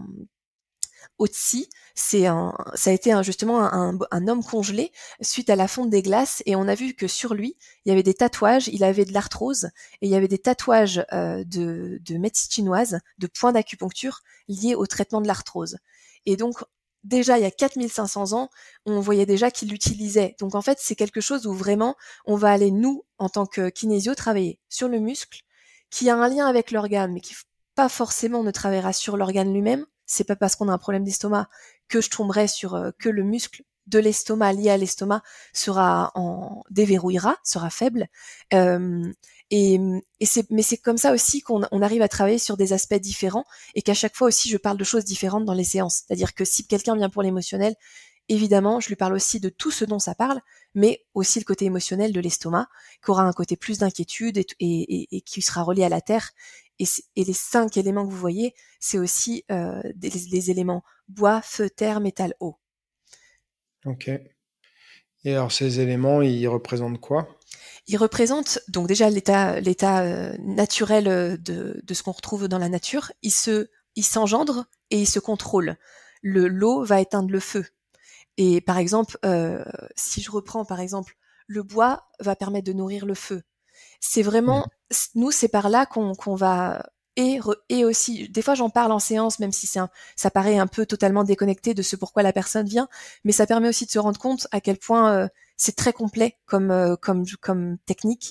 Otzi, ça a été justement un homme congelé suite à la fonte des glaces, et on a vu que sur lui, il y avait des tatouages, il avait de l'arthrose, et il y avait des tatouages de médecine chinoise, de points d'acupuncture liés au traitement de l'arthrose. Et donc, déjà, il y a 4500 ans, on voyait déjà qu'il l'utilisait. Donc, en fait, c'est quelque chose où vraiment, on va aller, nous, en tant que kinésio, travailler sur le muscle, qui a un lien avec l'organe, mais qui pas forcément ne travaillera sur l'organe lui-même. C'est pas parce qu'on a un problème d'estomac que je tomberai sur que le muscle de l'estomac lié à l'estomac déverrouillera, sera faible. Euh, mais c'est comme ça aussi qu'on arrive à travailler sur des aspects différents, et qu'à chaque fois aussi je parle de choses différentes dans les séances. C'est-à-dire que si quelqu'un vient pour l'émotionnel, évidemment, je lui parle aussi de tout ce dont ça parle, mais aussi le côté émotionnel de l'estomac, qui aura un côté plus d'inquiétude et qui sera relié à la terre. Et les 5 éléments que vous voyez, c'est aussi les éléments bois, feu, terre, métal, eau. Ok. Et alors, ces éléments, ils représentent quoi? Ils représentent donc déjà l'état naturel de ce qu'on retrouve dans la nature. Ils s'engendrent et ils se contrôlent. L'eau va éteindre le feu. Et par exemple, si je reprends par exemple, le bois va permettre de nourrir le feu. C'est Mhm. vraiment, nous, c'est par là qu'on va, et aussi, des fois j'en parle en séance, même si ça paraît un peu totalement déconnecté de ce pourquoi la personne vient, mais ça permet aussi de se rendre compte à quel point c'est très complet comme technique,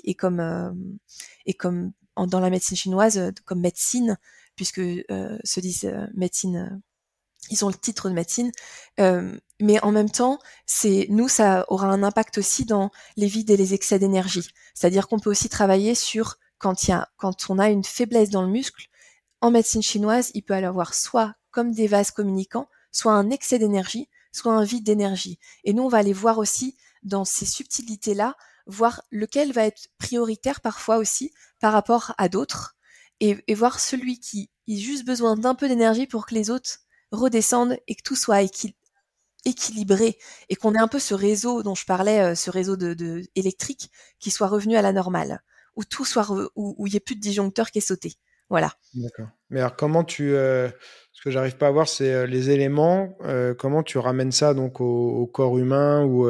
et comme dans la médecine chinoise, comme médecine, puisque se disent médecine, ils ont le titre de médecine, mais en même temps, ça aura un impact aussi dans les vides et les excès d'énergie. C'est-à-dire qu'on peut aussi travailler sur quand on a une faiblesse dans le muscle. En médecine chinoise, il peut y avoir soit comme des vases communicants, soit un excès d'énergie, soit un vide d'énergie. Et nous, on va aller voir aussi dans ces subtilités-là, voir lequel va être prioritaire parfois aussi par rapport à d'autres, et voir celui qui a juste besoin d'un peu d'énergie pour que les autres redescendent et que tout soit équilibré, et qu'on ait un peu ce réseau dont je parlais, ce réseau électrique qui soit revenu à la normale, où tout soit où il y ait plus de disjoncteur qui est sauté. Voilà. D'accord. Mais alors, comment ce que j'arrive pas à voir, c'est les éléments, comment tu ramènes ça donc au corps humain ou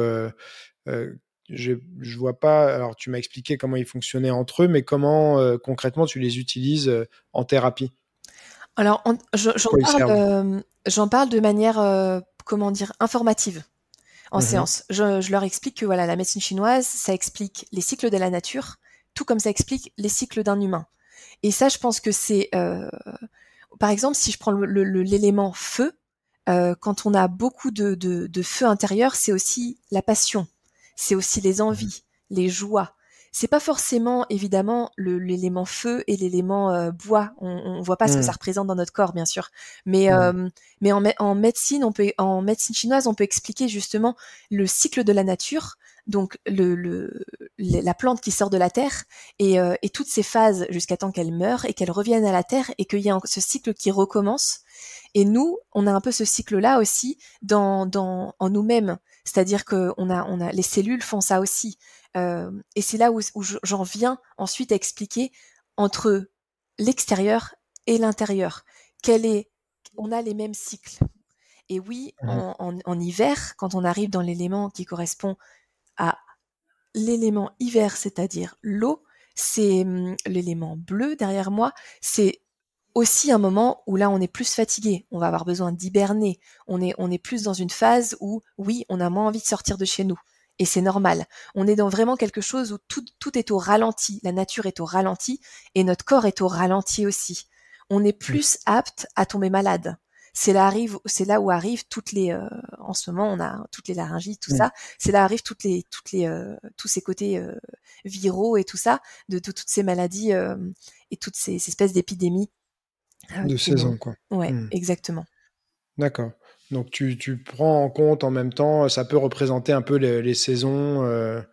je vois pas. Alors, tu m'as expliqué comment ils fonctionnaient entre eux, mais comment concrètement tu les utilises en thérapie? Alors, Quoi ils servent? j'en parle de manière, comment dire, informative en Mhm. séance. Je leur explique que voilà, la médecine chinoise, ça explique les cycles de la nature, tout comme ça explique les cycles d'un humain. Et ça, je pense que c'est, par exemple, si je prends l'élément feu, quand on a beaucoup de feu intérieur, c'est aussi la passion, c'est aussi les Mhm. envies, les joies. C'est pas forcément évidemment l'élément feu et l'élément bois. On voit pas ce que ça Mhm. représente dans notre corps, bien sûr. Mais Mhm. en médecine, en médecine chinoise, on peut expliquer justement le cycle de la nature, donc la plante qui sort de la terre, et toutes ces phases jusqu'à temps qu'elle meure et qu'elle revienne à la terre, et qu'il y ait ce cycle qui recommence. Et nous, on a un peu ce cycle-là aussi en nous-mêmes. C'est-à-dire que les cellules font ça aussi. Et c'est là où j'en viens ensuite à expliquer entre l'extérieur et l'intérieur. On a les mêmes cycles. Et oui, Mhm. en hiver, quand on arrive dans l'élément qui correspond à l'élément hiver, c'est-à-dire l'eau, c'est l'élément bleu derrière moi, c'est aussi un moment où là on est plus fatigué, on va avoir besoin d'hiberner, on est plus dans une phase où oui, on a moins envie de sortir de chez nous. Et c'est normal. On est dans vraiment quelque chose où tout est au ralenti, la nature est au ralenti, et notre corps est au ralenti aussi. On est Mhm. plus apte à tomber malade. C'est là où arrivent en ce moment on a toutes les laryngites, tout Mhm. ça. C'est là où arrivent tous ces côtés viraux et tout ça, de toutes ces maladies et toutes ces espèces d'épidémies De qui nous. saison, quoi. Ouais, Mhm. exactement. D'accord. Donc tu prends en compte en même temps, ça peut représenter un peu les saisons.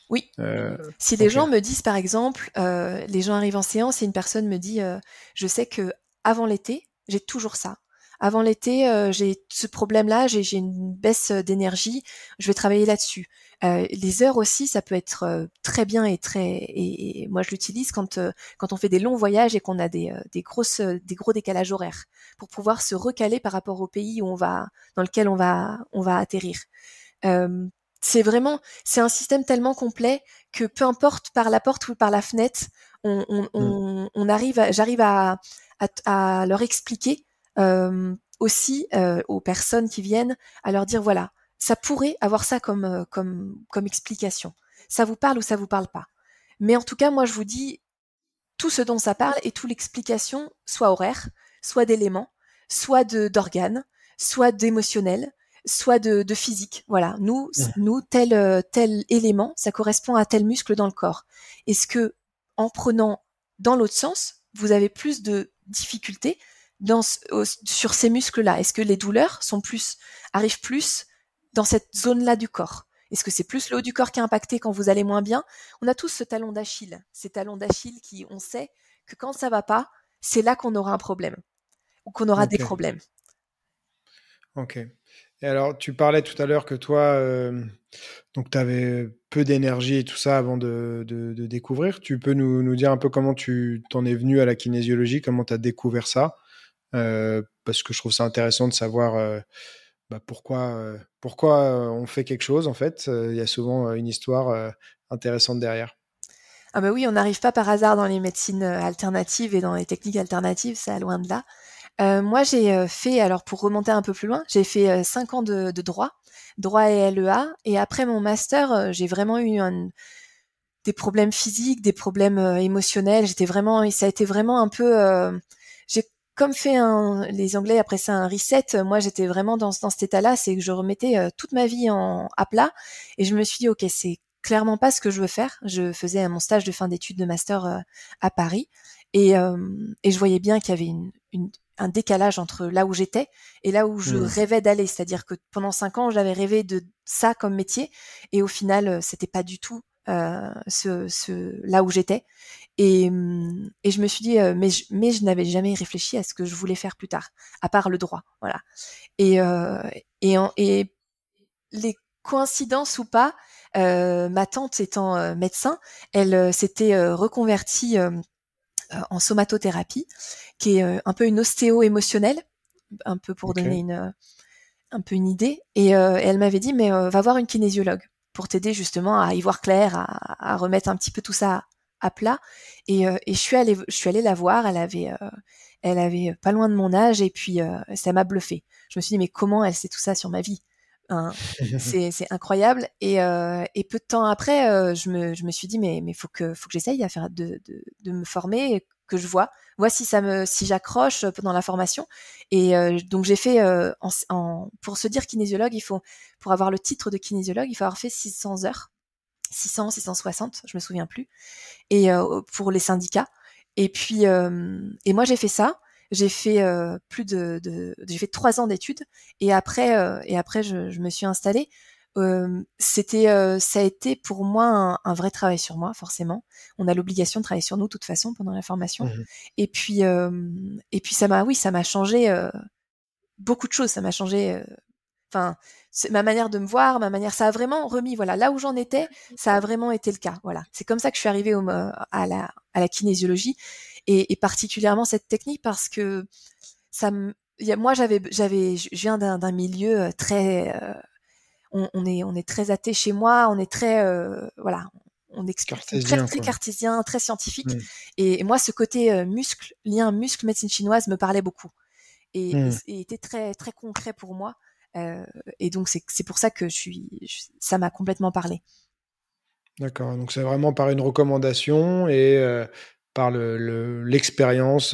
Oui. Euh, Si les ok. gens me disent, par exemple, les gens arrivent en séance et une personne me dit, je sais que avant l'été, j'ai toujours ça. Avant l'été, j'ai ce problème-là, j'ai une baisse d'énergie, je vais travailler là-dessus. Les heures aussi, ça peut être très bien et moi je l'utilise quand on fait des longs voyages et qu'on a des gros décalages horaires pour pouvoir se recaler par rapport au pays où dans lequel on va atterrir. Euh, c'est un système tellement complet que peu importe par la porte ou par la fenêtre, Mm. j'arrive à leur expliquer aussi aux personnes qui viennent, à leur dire voilà, ça pourrait avoir ça comme explication. Ça vous parle ou ça vous parle pas. Mais en tout cas, moi, je vous dis tout ce dont ça parle et toute l'explication, soit horaire, soit d'éléments, soit d'organes, soit d'émotionnel, soit de physique. Voilà, Mm. nous tel élément, ça correspond à tel muscle dans le corps. Est-ce que en prenant dans l'autre sens, vous avez plus de difficultés sur ces muscles-là? Est-ce que les douleurs arrivent plus dans cette zone-là du corps? Est-ce que c'est plus le haut du corps qui est impacté quand vous allez moins bien? On a tous ce talon d'Achille, ces talons d'Achille qui, on sait que quand ça va pas, c'est là qu'on aura un problème ou qu'on aura des Ok. problèmes. Ok. Et alors, tu parlais tout à l'heure que toi, donc tu avais peu d'énergie et tout ça avant de découvrir. Tu peux nous dire un peu comment tu t'en es venu à la kinésiologie, comment tu as découvert ça? Parce que je trouve ça intéressant de savoir pourquoi on fait quelque chose, en fait. Il y a souvent une histoire intéressante derrière. Ah bah oui, on n'arrive pas par hasard dans les médecines alternatives et dans les techniques alternatives, ça loin de là. Moi, j'ai fait, alors pour remonter un peu plus loin, j'ai fait 5 ans de droit et LEA, et après mon master, j'ai vraiment eu des problèmes physiques, des problèmes émotionnels. Ça a été vraiment un peu, j'ai comme fait les Anglais après ça un reset. Moi, j'étais vraiment dans cet état-là, c'est que je remettais toute ma vie à plat, et je me suis dit, ok, c'est clairement pas ce que je veux faire. Je faisais mon stage de fin d'études de master à Paris, et je voyais bien qu'il y avait un décalage entre là où j'étais et là où je Hmm. rêvais d'aller. C'est-à-dire que pendant 5 ans, j'avais rêvé de ça comme métier, et au final, c'était pas du tout là où j'étais. Et je me suis dit, mais je n'avais jamais réfléchi à ce que je voulais faire plus tard, à part le droit. Voilà. Et, euh, et les coïncidences ou pas, ma tante étant médecin, elle s'était reconvertie en somatothérapie, qui est un peu une ostéo émotionnelle, un peu pour Ok. donner un peu une idée. Et elle m'avait dit, mais va voir une kinésiologue pour t'aider justement à y voir clair, à remettre un petit peu tout ça à plat. Et je suis allée la voir. Elle avait pas loin de mon âge, et puis ça m'a bluffé. Je me suis dit, mais comment elle sait tout ça sur ma vie, hein? C'est incroyable. Et peu de temps après, je me suis dit, mais faut que j'essaye de me former, que je vois si j'accroche pendant la formation. Et donc j'ai fait, pour se dire kinésiologue, pour avoir le titre de kinésiologue, il faut avoir fait 600 heures, 600, 660, je me souviens plus, et pour les syndicats. Et moi j'ai fait ça. J'ai fait j'ai fait 3 ans d'études, et après je me suis installée. Ça a été pour moi un vrai travail sur moi, forcément. On a l'obligation de travailler sur nous de toute façon pendant la formation. Mhm. Et puis ça m'a changé beaucoup de choses. Ça m'a changé. Enfin, ma manière de me voir, ça a vraiment remis, voilà, là où j'en étais, ça a vraiment été le cas. Voilà, c'est comme ça que je suis arrivée à la kinésiologie, et particulièrement cette technique parce que moi je viens d'un milieu très, on est très athée chez moi, on est très, voilà, on explique tout très Cartésien, très quoi. cartésien, très scientifique. Hmm. Et moi, ce côté lien muscle médecine chinoise me parlait beaucoup, Hmm. et était très très concret pour moi. Euh, et donc c'est pour ça que ça m'a complètement parlé. D'accord. Donc c'est vraiment par une recommandation et par l'expérience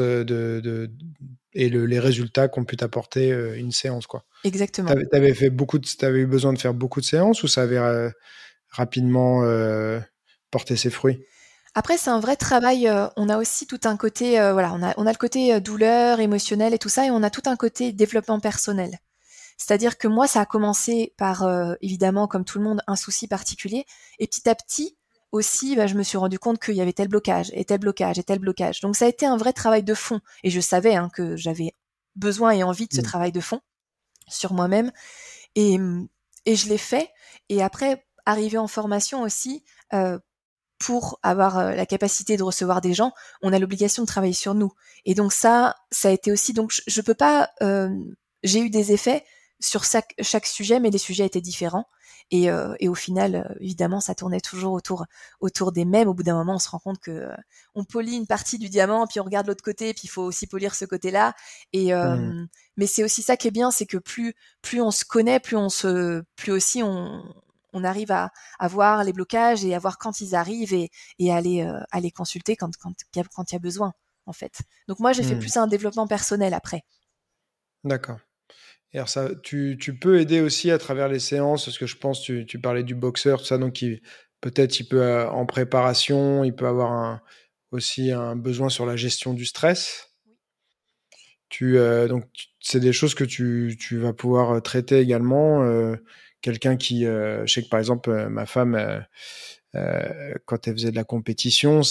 et les résultats qu'ont pu t'apporter une séance, quoi. Exactement. T'avais eu besoin de faire beaucoup de séances ou ça avait rapidement porté ses fruits? Après, c'est un vrai travail. On a aussi tout un côté, voilà, on a le côté douleur, émotionnel et tout ça, et on a tout un côté développement personnel. C'est-à-dire que moi, ça a commencé par, évidemment, comme tout le monde, un souci particulier. Et petit à petit, aussi, je me suis rendu compte qu'il y avait tel blocage et tel blocage et tel blocage. Donc ça a été un vrai travail de fond. Et je savais que j'avais besoin et envie de ce travail de fond sur moi-même. Et, et je l'ai fait. Et après, arrivé en formation aussi, pour avoir la capacité de recevoir des gens, on a l'obligation de travailler sur nous. Et donc ça a été aussi, donc je peux pas, j'ai eu des effets sur chaque sujet, mais les sujets étaient différents. Et au final, évidemment, ça tournait toujours autour des mêmes. Au bout d'un moment, on se rend compte que on polit une partie du diamant, puis on regarde l'autre côté, puis il faut aussi polir ce côté-là. Et mais c'est aussi ça qui est bien, c'est que plus on se connaît, plus aussi on arrive à voir les blocages et à voir quand ils arrivent et à les consulter quand il y a besoin, en fait. Donc moi, j'ai fait plus un développement personnel après. D'accord. Et alors ça, tu peux aider aussi à travers les séances, parce que je pense, tu parlais du boxeur, tout ça, donc peut-être il peut, en préparation, il peut avoir aussi un besoin sur la gestion du stress. Donc, c'est des choses que tu vas pouvoir traiter également. Quelqu'un je sais que par exemple, ma femme, quand elle faisait de la compétition,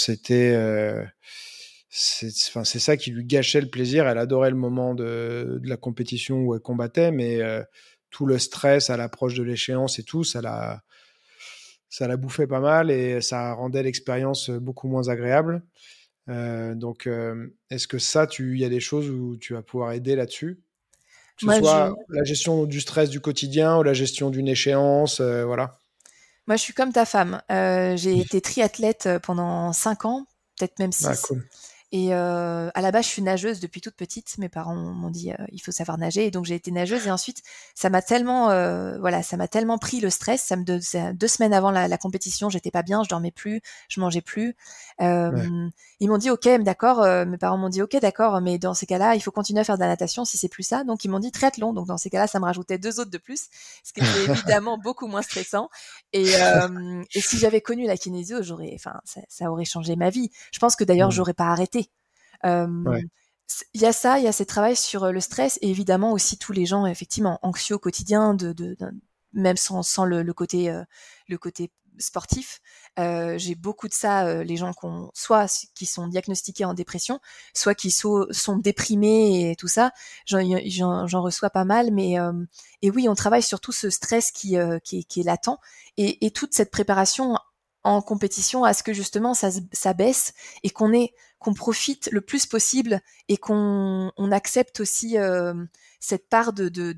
c'est ça qui lui gâchait le plaisir. Elle adorait le moment de la compétition où elle combattait, mais tout le stress à l'approche de l'échéance et tout, ça la bouffait pas mal et ça rendait l'expérience beaucoup moins agréable. Donc, est-ce que il y a des choses où tu vas pouvoir aider là-dessus? Que ce Moi, je soit la gestion du stress du quotidien ou la gestion d'une échéance, voilà. Moi, je suis comme ta femme. J'ai été triathlète pendant 5 ans, peut-être même Ah, 6. cool. Et à la base, je suis nageuse depuis toute petite. Mes parents m'ont dit il faut savoir nager, et donc j'ai été nageuse. Et ensuite, ça m'a tellement, ça m'a tellement pris le stress. 2 semaines avant la compétition, j'étais pas bien, je dormais plus, je mangeais plus. Ouais. Ils m'ont dit ok, d'accord. Mes parents m'ont dit ok, d'accord, mais dans ces cas-là, il faut continuer à faire de la natation si c'est plus ça. Donc ils m'ont dit triathlon. Donc dans ces cas-là, ça me rajoutait 2 autres de plus, ce qui était évidemment beaucoup moins stressant. Et si j'avais connu la kinésio, ça aurait changé ma vie. Je pense que d'ailleurs, j'aurais pas arrêté. Ouais. Il y a ça, il y a ces travails sur le stress et évidemment aussi tous les gens effectivement anxieux au quotidien, même sans le côté sportif. J'ai beaucoup de ça, les gens qui sont diagnostiqués en dépression, soit qui sont déprimés et tout ça. J'en reçois pas mal, mais et oui, on travaille sur tout ce stress qui est latent et toute cette préparation en compétition à ce que justement ça baisse et qu'on profite le plus possible et qu'on accepte aussi cette part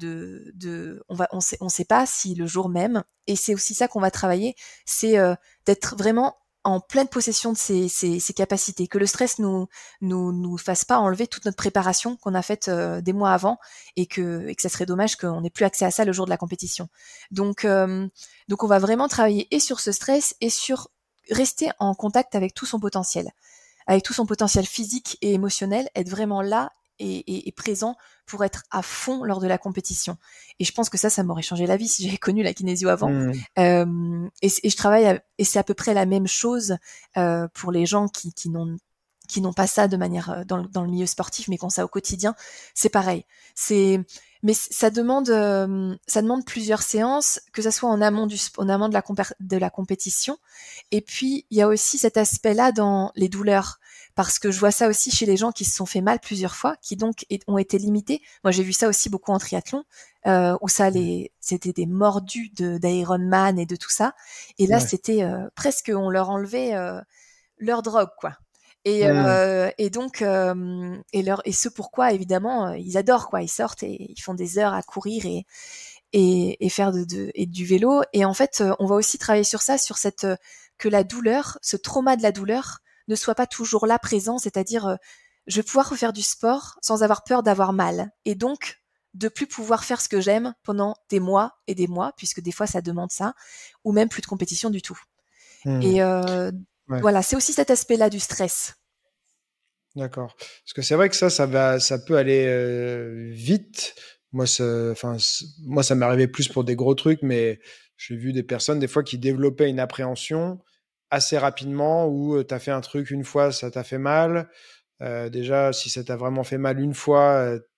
on sait pas si le jour même, et c'est aussi ça qu'on va travailler, c'est d'être vraiment en pleine possession de ses capacités, que le stress nous fasse pas enlever toute notre préparation qu'on a faite des mois avant et que ça serait dommage qu'on n'ait plus accès à ça le jour de la compétition. Donc on va vraiment travailler et sur ce stress et sur rester en contact avec tout son potentiel physique et émotionnel, être vraiment là et présent pour être à fond lors de la compétition. Et je pense que ça m'aurait changé la vie si j'avais connu la kinésio avant. Mmh. Et je travaille et c'est à peu près la même chose pour les gens qui n'ont pas ça de manière dans le milieu sportif, mais qui ont ça au quotidien. C'est pareil. Mais ça demande plusieurs séances, que ça soit en amont de la compétition. Et puis il y a aussi cet aspect-là dans les douleurs, parce que je vois ça aussi chez les gens qui se sont fait mal plusieurs fois, qui donc ont été limités. Moi, j'ai vu ça aussi beaucoup en triathlon, où c'était des mordus d'Ironman et de tout ça. Et là, Ouais. c'était presque on leur enlevait leur drogue, quoi. Mmh. Et donc et ce pourquoi évidemment ils adorent, quoi. Ils sortent et ils font des heures à courir et faire du vélo. Et en fait, on va aussi travailler sur ça, sur que la douleur, ce trauma de la douleur, ne soit pas toujours là présent. C'est-à-dire, je vais pouvoir refaire du sport sans avoir peur d'avoir mal. Et donc, de plus pouvoir faire ce que j'aime pendant des mois et des mois, puisque des fois ça demande ça, ou même plus de compétition du tout. Mmh. Et Ouais. voilà, c'est aussi cet aspect-là du stress. D'accord. Parce que c'est vrai que ça peut aller vite. Moi, ça m'est arrivé plus pour des gros trucs, mais j'ai vu des personnes, des fois, qui développaient une appréhension assez rapidement où tu as fait un truc une fois, ça t'a fait mal. Déjà, si ça t'a vraiment fait mal une fois,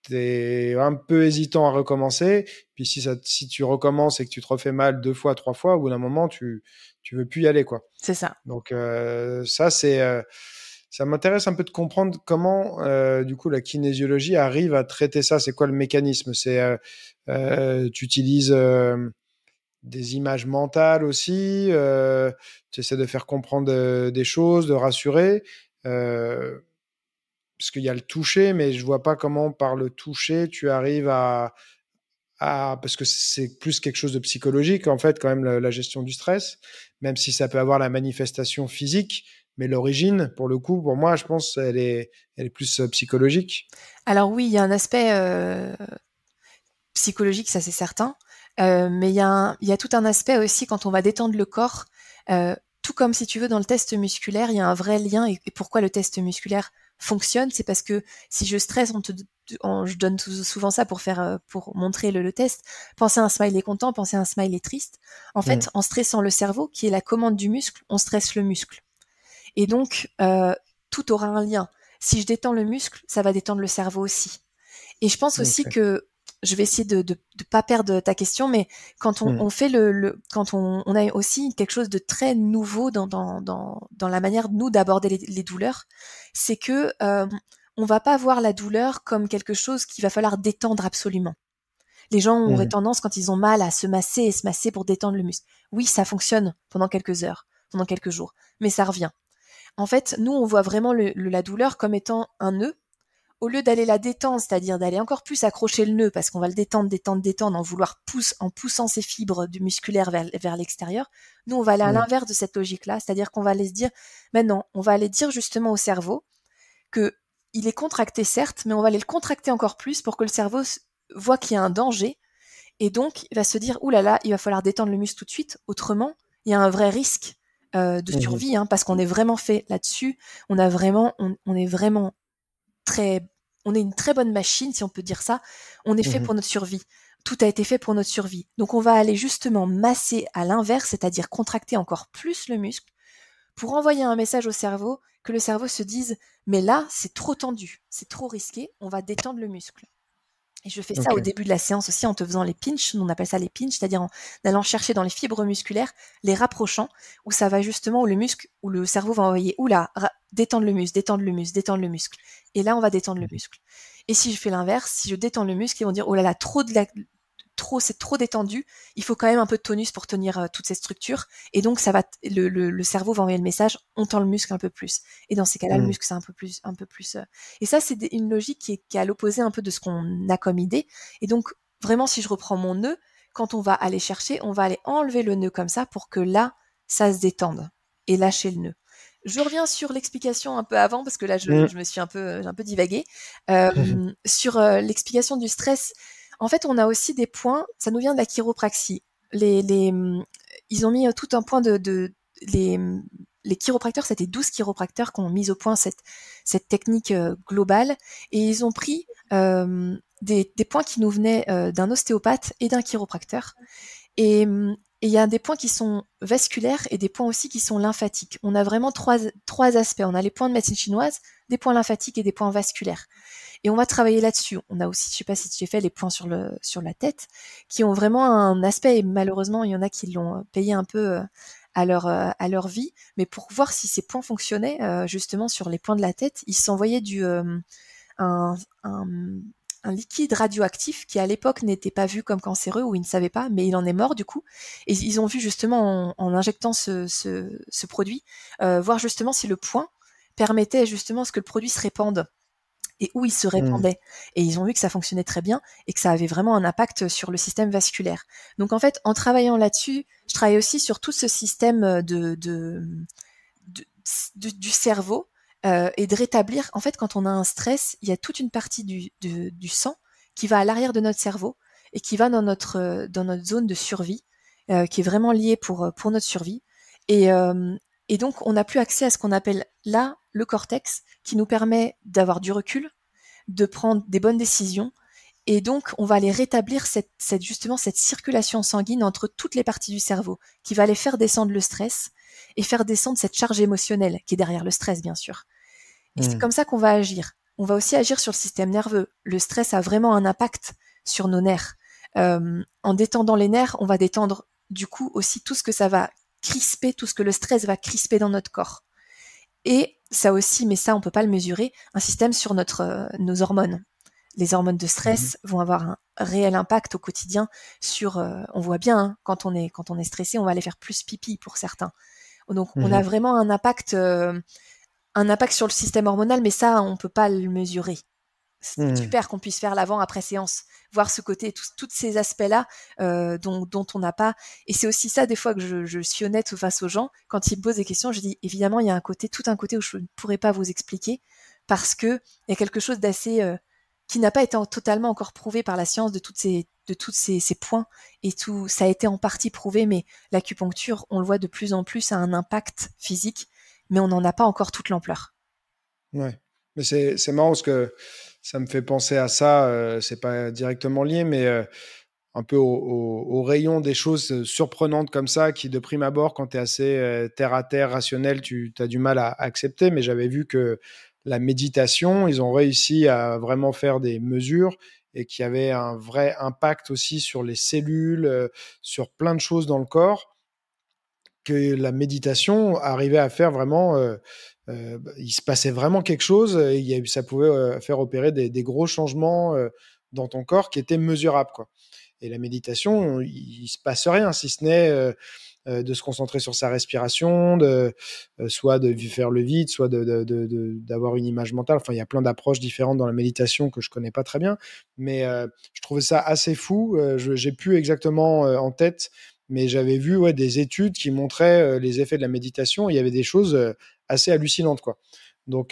t'es un peu hésitant à recommencer. Puis si tu recommences et que tu te refais mal 2 fois, 3 fois, au bout d'un moment, tu veux plus y aller, quoi. C'est ça. Donc ça m'intéresse un peu de comprendre comment du coup la kinésiologie arrive à traiter ça. C'est quoi le mécanisme? Tu utilises des images mentales aussi. Tu essaies de faire comprendre des choses, de rassurer. Euh, Parce qu'il y a le toucher, mais je vois pas comment par le toucher tu arrives parce que c'est plus quelque chose de psychologique en fait quand même la gestion du stress, même si ça peut avoir la manifestation physique, mais l'origine pour le coup pour moi je pense elle est plus psychologique. Alors oui, il y a un aspect psychologique, ça c'est certain, mais il y a tout un aspect aussi quand on va détendre le corps, tout comme si tu veux dans le test musculaire, il y a un vrai lien et pourquoi le test musculaire fonctionne, c'est parce que si je stresse, je donne souvent ça pour montrer le test. Pensez à un smiley content, pensez à un smiley triste. En fait, en stressant le cerveau, qui est la commande du muscle, on stresse le muscle. Et donc, tout aura un lien. Si je détends le muscle, ça va détendre le cerveau aussi. Et je pense aussi Ok. que je vais essayer de pas perdre ta question, mais quand on fait quand on a aussi quelque chose de très nouveau dans la manière nous d'aborder les douleurs, c'est que on va pas voir la douleur comme quelque chose qu'il va falloir détendre absolument. Les gens auraient tendance quand ils ont mal à se masser et se masser pour détendre le muscle. Oui, ça fonctionne pendant quelques heures, pendant quelques jours, mais ça revient. En fait, nous, on voit vraiment la douleur comme étant un nœud au lieu d'aller la détendre, c'est-à-dire d'aller encore plus accrocher le nœud, parce qu'on va le détendre, en poussant ses fibres musculaires vers l'extérieur, nous, on va aller à l'inverse de cette logique-là, c'est-à-dire qu'on va aller se dire, maintenant, on va aller dire justement au cerveau que il est contracté, certes, mais on va aller le contracter encore plus pour que le cerveau voit qu'il y a un danger, et donc, il va se dire, ouh là là, il va falloir détendre le muscle tout de suite, autrement, il y a un vrai risque de survie, parce qu'on est vraiment fait là-dessus, on est vraiment on est une très bonne machine, si on peut dire ça. On est fait pour notre survie. Tout a été fait pour notre survie. Donc on va aller justement masser à l'inverse, c'est-à-dire contracter encore plus le muscle pour envoyer un message au cerveau, que le cerveau se dise, mais là, c'est trop tendu, c'est trop risqué, on va détendre le muscle. Et je fais ça au Ok. début de la séance aussi en te faisant les pinches, on appelle ça les pinches, c'est-à-dire en allant chercher dans les fibres musculaires, les rapprochant, où ça va justement, où le cerveau va envoyer, oula, détendre le muscle, détendre le muscle, détendre le muscle. Et là, on va détendre le muscle. Et si je fais l'inverse, si je détends le muscle, ils vont dire, oh là là, c'est trop détendu, il faut quand même un peu de tonus pour tenir toutes ces structures. Et donc, le cerveau va envoyer le message, on tend le muscle un peu plus. Et dans ces cas-là, le muscle, c'est un peu plus. Et ça, c'est une logique qui est à l'opposé un peu de ce qu'on a comme idée. Et donc, vraiment, si je reprends mon nœud, quand on va aller chercher, on va aller enlever le nœud comme ça pour que là, ça se détende et lâcher le nœud. Je reviens sur l'explication un peu avant parce que là, je me suis j'ai un peu divagué. Sur l'explication du stress, en fait, on a aussi des points, ça nous vient de la chiropraxie. Ils ont mis tout un point les chiropracteurs, c'était 12 chiropracteurs qui ont mis au point cette technique globale et ils ont pris des points qui nous venaient d'un ostéopathe et d'un chiropracteur. Et il y a des points qui sont vasculaires et des points aussi qui sont lymphatiques. On a vraiment trois aspects. On a les points de médecine chinoise, des points lymphatiques et des points vasculaires. Et on va travailler là-dessus. On a aussi, je sais pas si j'ai fait les points sur la tête, qui ont vraiment un aspect, et malheureusement, il y en a qui l'ont payé un peu à leur vie, mais pour voir si ces points fonctionnaient, justement, sur les points de la tête, ils s'envoyaient un, un, un liquide radioactif qui, à l'époque, n'était pas vu comme cancéreux, ou ils ne savaient pas, mais il en est mort, du coup. Et ils ont vu, justement, en injectant ce produit, voir justement si le point permettait justement à ce que le produit se répande et où il se répandait. Et ils ont vu que ça fonctionnait très bien et que ça avait vraiment un impact sur le système vasculaire. Donc en fait, en travaillant là-dessus, je travaille aussi sur tout ce système du cerveau et de rétablir. En fait, quand on a un stress, il y a toute une partie du sang qui va à l'arrière de notre cerveau et qui va dans notre zone de survie, qui est vraiment liée pour notre survie. Et donc, on n'a plus accès à ce qu'on appelle là le cortex, qui nous permet d'avoir du recul, de prendre des bonnes décisions. Et donc, on va aller rétablir justement cette circulation sanguine entre toutes les parties du cerveau, qui va aller faire descendre le stress et faire descendre cette charge émotionnelle qui est derrière le stress, bien sûr. Et c'est comme ça qu'on va agir. on va aussi agir sur le système nerveux. Le stress a vraiment un impact sur nos nerfs. En détendant les nerfs, on va détendre du coup aussi tout ce que ça va crisper, tout ce que le stress va crisper dans notre corps. Et ça aussi, mais ça on peut pas le mesurer, un système sur nos hormones. Les hormones de stress vont avoir un réel impact au quotidien sur, on voit bien, hein, quand on est stressé, on va aller faire plus pipi pour certains. Donc on a vraiment un impact sur le système hormonal, mais ça on peut pas le mesurer. C'est super qu'on puisse faire l'avant après séance, voir ce côté, tous ces aspects-là dont on n'a pas. Et c'est aussi ça des fois que je suis honnête face aux gens quand ils me posent des questions. Je dis évidemment il y a tout un côté où je ne pourrais pas vous expliquer parce que il y a quelque chose d'assez qui n'a pas été totalement encore prouvé par la science de tous ces points et tout. Ça a été en partie prouvé, mais l'acupuncture, on le voit de plus en plus, a un impact physique, mais on n'en a pas encore toute l'ampleur. Ouais, mais c'est marrant parce que ça me fait penser à ça. C'est pas directement lié, mais un peu au rayon des choses surprenantes comme ça, qui de prime abord, quand tu es assez terre à terre, rationnel, tu as du mal à accepter. Mais j'avais vu que la méditation, ils ont réussi à vraiment faire des mesures et qu'il y avait un vrai impact aussi sur les cellules, sur plein de choses dans le corps, que la méditation arrivait à faire vraiment. Il se passait vraiment quelque chose. Et ça pouvait faire opérer des gros changements dans ton corps qui étaient mesurables, quoi. Et la méditation, il se passe rien si ce n'est de se concentrer sur sa respiration, soit de faire le vide, soit d'avoir une image mentale. Enfin, il y a plein d'approches différentes dans la méditation que je connais pas très bien, mais je trouvais ça assez fou. J'ai plus exactement en tête, mais j'avais vu des études qui montraient les effets de la méditation. Il y avait des choses assez hallucinantes, quoi. Donc,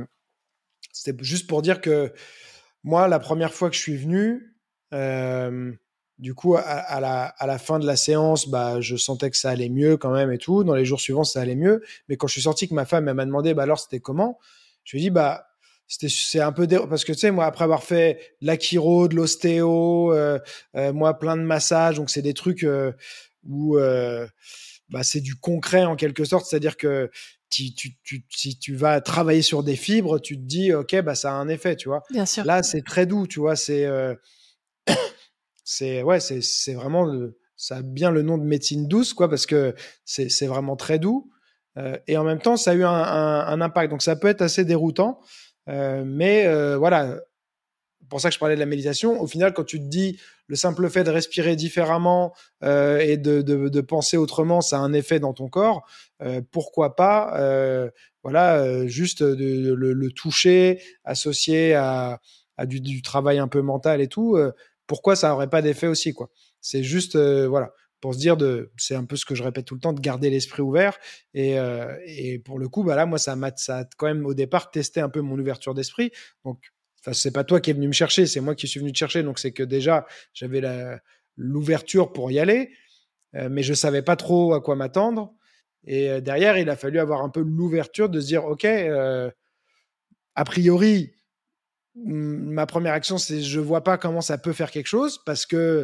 c'était juste pour dire que moi, la première fois que je suis venu, du coup, à la fin de la séance, bah, je sentais que ça allait mieux quand même et tout. Dans les jours suivants, ça allait mieux. Mais quand je suis sorti, que ma femme elle m'a demandé, bah alors c'était comment? Je lui ai dit, bah c'est un peu parce que tu sais, moi après avoir fait de l'achiro, de l'ostéo, moi plein de massages, donc c'est des trucs où bah, c'est du concret en quelque sorte, c'est-à-dire que si tu vas travailler sur des fibres, tu te dis, ok, bah ça a un effet, tu vois. Bien sûr. Là, c'est très doux, tu vois. C'est vraiment ça a bien le nom de médecine douce, quoi, parce que c'est vraiment très doux. Et en même temps, ça a eu un impact. Donc, ça peut être assez déroutant. Mais voilà, pour ça que je parlais de la méditation. Au final, quand tu te dis le simple fait de respirer différemment et de penser autrement, ça a un effet dans ton corps. Pourquoi pas, juste le toucher associé à du travail un peu mental et tout. Pourquoi ça n'aurait pas d'effet aussi, quoi. C'est juste, voilà, pour se dire c'est un peu ce que je répète tout le temps, de garder l'esprit ouvert. Et pour le coup, bah là, moi, ça a quand même au départ testé un peu mon ouverture d'esprit. Donc, enfin, c'est pas toi qui es venu me chercher, c'est moi qui suis venu te chercher. Donc, c'est que déjà, j'avais l'ouverture pour y aller, mais je savais pas trop à quoi m'attendre. Et derrière, il a fallu avoir un peu l'ouverture de se dire, OK, a priori, ma première action, c'est je vois pas comment ça peut faire quelque chose parce que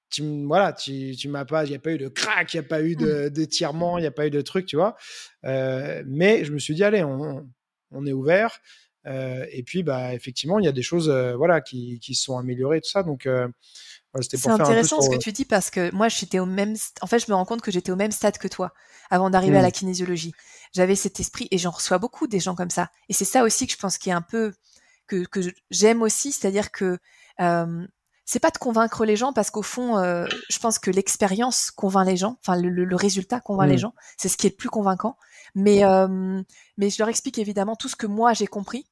tu m'as pas, il n'y a pas eu de crack, il n'y a pas eu d'étirement, il n'y a pas eu de truc, tu vois. Mais je me suis dit, allez, on est ouvert. Et puis, bah, effectivement, il y a des choses voilà, qui se sont améliorées, tout ça. Donc, voilà, c'était C'est pour faire un peu intéressant sur. ce que tu dis parce que moi, en fait, je me rends compte que j'étais au même stade que toi avant d'arriver à Hmm. la kinésiologie. J'avais cet esprit et j'en reçois beaucoup des gens comme ça. Et c'est ça aussi que je pense qui est un peu que j'aime aussi, c'est-à-dire que c'est pas de convaincre les gens parce qu'au fond, je pense que l'expérience convainc les gens, enfin le résultat convainc les Hmm. gens, c'est ce qui est le plus convaincant. Mais mais je leur explique évidemment tout ce que moi j'ai compris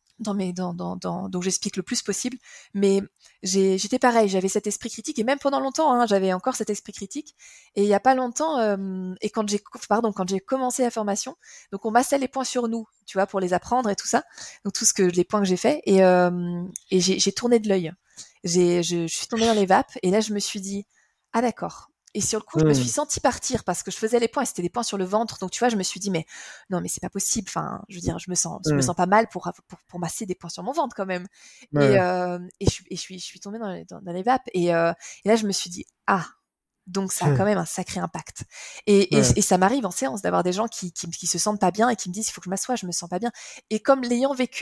donc j'explique le plus possible. Mais j'étais pareil, j'avais cet esprit critique et même pendant longtemps, hein, j'avais encore cet esprit critique. Et il y a pas longtemps, et quand j'ai commencé la formation, donc on massait les points sur nous, tu vois, pour les apprendre et tout ça. Donc les points que j'ai faits et j'ai tourné de l'œil. Je suis tombée dans les vapes et là je me suis dit ah d'accord. Et sur le coup, je me suis Hmm. sentie partir parce que je faisais les points et c'était des points sur le ventre. Donc, tu vois, je me suis dit, mais non, mais c'est pas possible. Enfin, je veux dire, je me Hmm. sens pas mal pour masser des points sur mon ventre quand même. Ouais. Je suis tombée dans les vapes et là, je me suis dit, ah, donc ça a quand même un sacré impact. Ouais. Et ça m'arrive en séance d'avoir des gens qui se sentent pas bien et qui me disent, il faut que je m'assoie, je me sens pas bien. Et comme l'ayant vécu,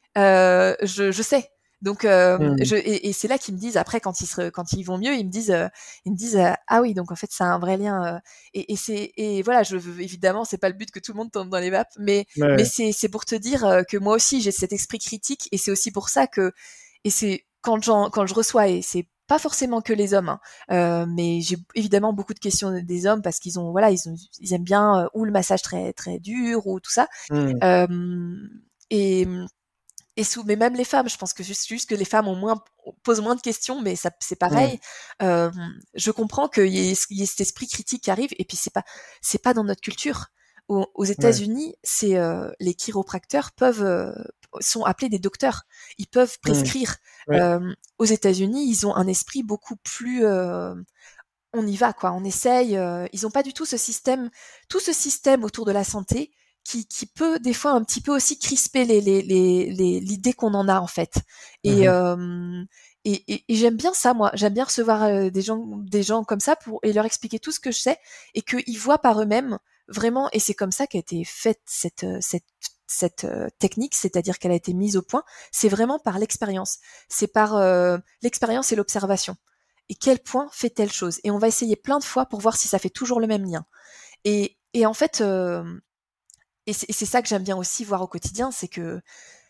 Je sais. Donc Mmh. et c'est là qu'ils me disent après quand ils vont mieux, ils me disent ah oui donc en fait c'est un vrai lien et c'est et voilà je veux évidemment c'est pas le but que tout le monde tombe dans les vapes mais Ouais. c'est pour te dire que moi aussi j'ai cet esprit critique et c'est aussi pour ça que et c'est quand je reçois et c'est pas forcément que les hommes hein, mais j'ai évidemment beaucoup de questions des hommes parce qu'ils ont voilà ils aiment bien ou le massage très très dur ou tout ça Mmh. euh, et mais même les femmes, je pense que juste que les femmes posent moins de questions, mais ça, c'est Mmh. pareil. Euh, je comprends qu'il y ait cet esprit critique qui arrive, et puis c'est pas dans notre culture. Aux Ouais. États-Unis, c'est les chiropracteurs sont appelés des docteurs. Ils peuvent Mmh. prescrire. Ouais. Aux États-Unis, ils ont un esprit beaucoup plus on y va quoi, on essaye. Ils ont pas du tout tout ce système autour de la santé qui peut des fois un petit peu aussi crisper l'idée qu'on en a en fait. Et, Mmh. euh, et j'aime bien ça moi, j'aime bien recevoir des gens comme ça pour et leur expliquer tout ce que je sais et qu'ils voient par eux-mêmes vraiment. Et c'est comme ça qu'a été faite cette technique, c'est-à-dire qu'elle a été mise au point. C'est vraiment par l'expérience. C'est par l'expérience et l'observation et quel point fait telle chose. Et on va essayer plein de fois pour voir si ça fait toujours le même lien. Et en fait, et c'est ça que j'aime bien aussi voir au quotidien, c'est que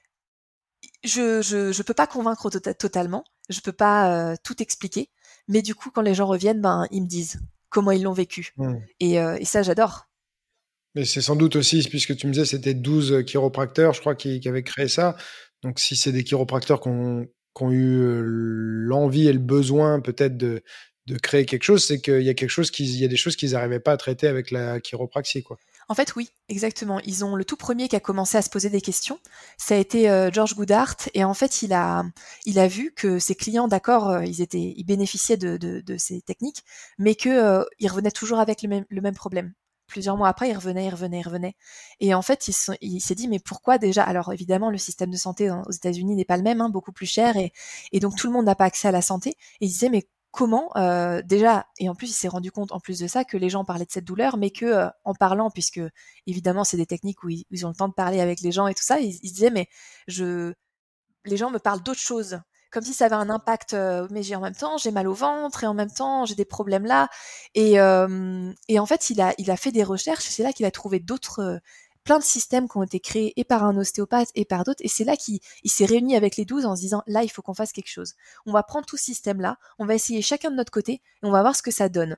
je peux pas convaincre totalement, je peux pas tout expliquer, mais du coup, quand les gens reviennent, ben ils me disent comment ils l'ont vécu. Mmh. Et ça, j'adore. Mais c'est sans doute aussi, puisque tu me disais, c'était 12 chiropracteurs, je crois, qui avaient créé ça. Donc, si c'est des chiropracteurs qui ont eu l'envie et le besoin, peut-être, de créer quelque chose, c'est qu'il y a quelque chose il y a des choses qu'ils n'arrivaient pas à traiter avec la chiropraxie, quoi. En fait, oui, exactement. Ils ont le tout premier qui a commencé à se poser des questions. Ça a été George Goodhart, et en fait, il a vu que ses clients, d'accord, ils bénéficiaient de ces techniques, mais que ils revenaient toujours avec le même problème. Plusieurs mois après, ils revenaient. Et en fait, il s'est dit, mais pourquoi déjà? Alors évidemment, le système de santé aux États-Unis n'est pas le même, hein, beaucoup plus cher, et donc tout le monde n'a pas accès à la santé. Et il disait, mais comment déjà et en plus il s'est rendu compte en plus de ça que les gens parlaient de cette douleur mais que en parlant puisque évidemment c'est des techniques où ils ont le temps de parler avec les gens et tout ça ils se disaient mais je les gens me parlent d'autres choses comme si ça avait un impact mais j'ai en même temps j'ai mal au ventre et en même temps j'ai des problèmes là et en fait il a fait des recherches et c'est là qu'il a trouvé d'autres plein de systèmes qui ont été créés et par un ostéopathe et par d'autres et c'est là qu'il il s'est réuni avec les 12 en se disant là il faut qu'on fasse quelque chose on va prendre tout ce système là on va essayer chacun de notre côté et on va voir ce que ça donne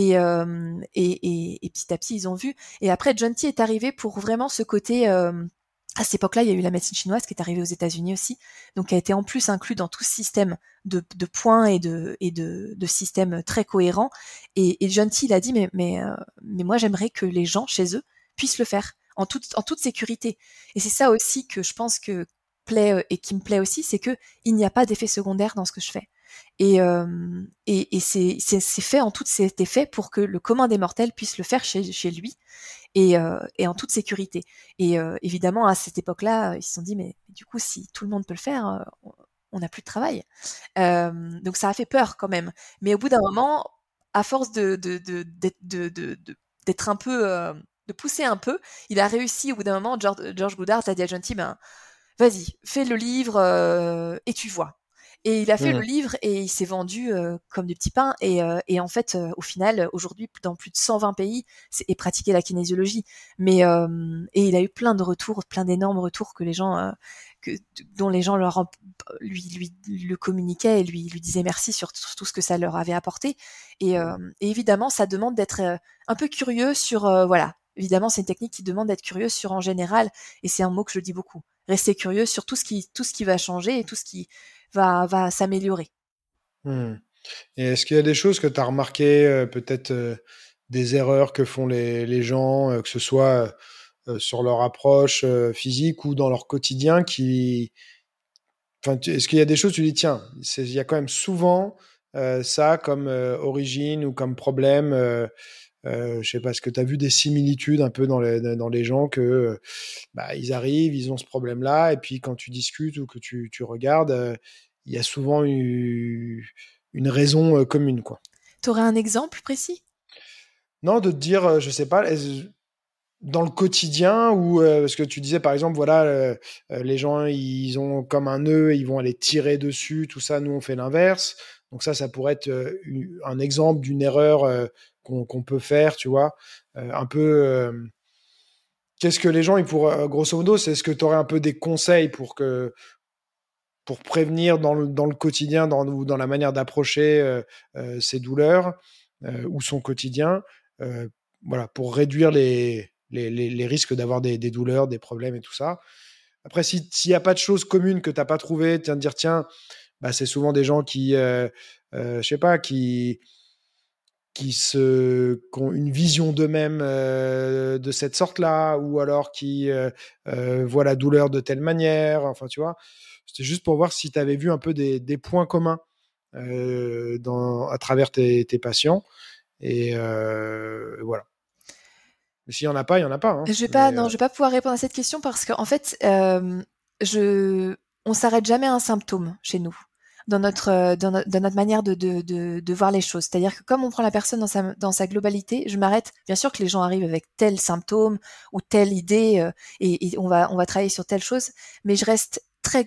et petit à petit ils ont vu et après John T est arrivé pour vraiment ce côté à cette époque-là, il y a eu la médecine chinoise qui est arrivée aux États-Unis aussi, donc qui a été en plus inclus dans tout ce système de points et de systèmes très cohérents. Et John T, il a dit, mais moi, j'aimerais que les gens chez eux puissent le faire en toute sécurité. Et c'est ça aussi que je pense que plaît et qui me plaît aussi, c'est que il n'y a pas d'effet secondaire dans ce que je fais. Et c'est fait en tout, c'était fait pour que le commun des mortels puisse le faire chez lui et en toute sécurité. Et évidemment, à cette époque-là, ils se sont dit, mais du coup, si tout le monde peut le faire, on n'a plus de travail. Donc ça a fait peur quand même. Mais au bout d'un moment, à force d'être un peu, de pousser un peu, il a réussi au bout d'un moment. George Goodhart a dit à John T, ben, vas-y, fais le livre et tu vois. Et il a fait le Mmh. livre et il s'est vendu comme du petit pain. Et en fait, au final, aujourd'hui, dans plus de 120 pays, est pratiquée la kinésiologie. Et il a eu plein de retours, plein d'énormes retours que les gens, que, dont les gens lui le communiquaient et lui disaient merci sur tout ce que ça leur avait apporté. Et évidemment, ça demande d'être un peu curieux sur, voilà. Évidemment, c'est une technique qui demande d'être curieux sur en général, et c'est un mot que je dis beaucoup rester curieux sur tout ce qui va changer et tout ce qui va s'améliorer. Mmh. Et est-ce qu'il y a des choses que tu as remarquées, peut-être des erreurs que font les gens, que ce soit sur leur approche physique ou dans leur quotidien, enfin, est-ce qu'il y a des choses, tu dis, tiens, il y a quand même souvent ça comme origine ou comme problème, je sais pas, est-ce que tu as vu des similitudes un peu dans les gens que bah, ils arrivent, ils ont ce problème-là, et puis quand tu discutes ou que tu regardes, il y a souvent une raison commune, quoi. Tu aurais un exemple précis? Non, de te dire, je sais pas, dans le quotidien ou parce que tu disais par exemple voilà les gens ils ont comme un nœud, ils vont aller tirer dessus, tout ça, nous on fait l'inverse. Donc ça pourrait être un exemple d'une erreur qu'on peut faire, tu vois. Un peu qu'est-ce que les gens ils pourraient grosso modo, c'est ce que tu aurais un peu des conseils pour prévenir dans le quotidien ou dans la manière d'approcher ces douleurs ou son quotidien, euh, voilà, pour réduire les risques d'avoir des douleurs, des problèmes et tout ça. Après, s'il n'y a pas de choses communes que tu n'as pas trouvées, tiens, de dire, tiens, bah, c'est souvent des gens je sais pas, qui ont une vision d'eux-mêmes de cette sorte-là, ou alors qui voient la douleur de telle manière. Enfin, tu vois, c'était juste pour voir si tu avais vu un peu des points communs à travers tes patients. Et voilà. Mais s'il n'y en a pas, il n'y en a pas. Hein. Mais, Non, je vais pas pouvoir répondre à cette question parce qu'en fait, je, on s'arrête jamais à un symptôme chez nous, dans notre manière de voir les choses. C'est-à-dire que comme on prend la personne dans sa globalité, je m'arrête. Bien sûr que les gens arrivent avec tel symptôme ou telle idée, et on va travailler sur telle chose, mais je reste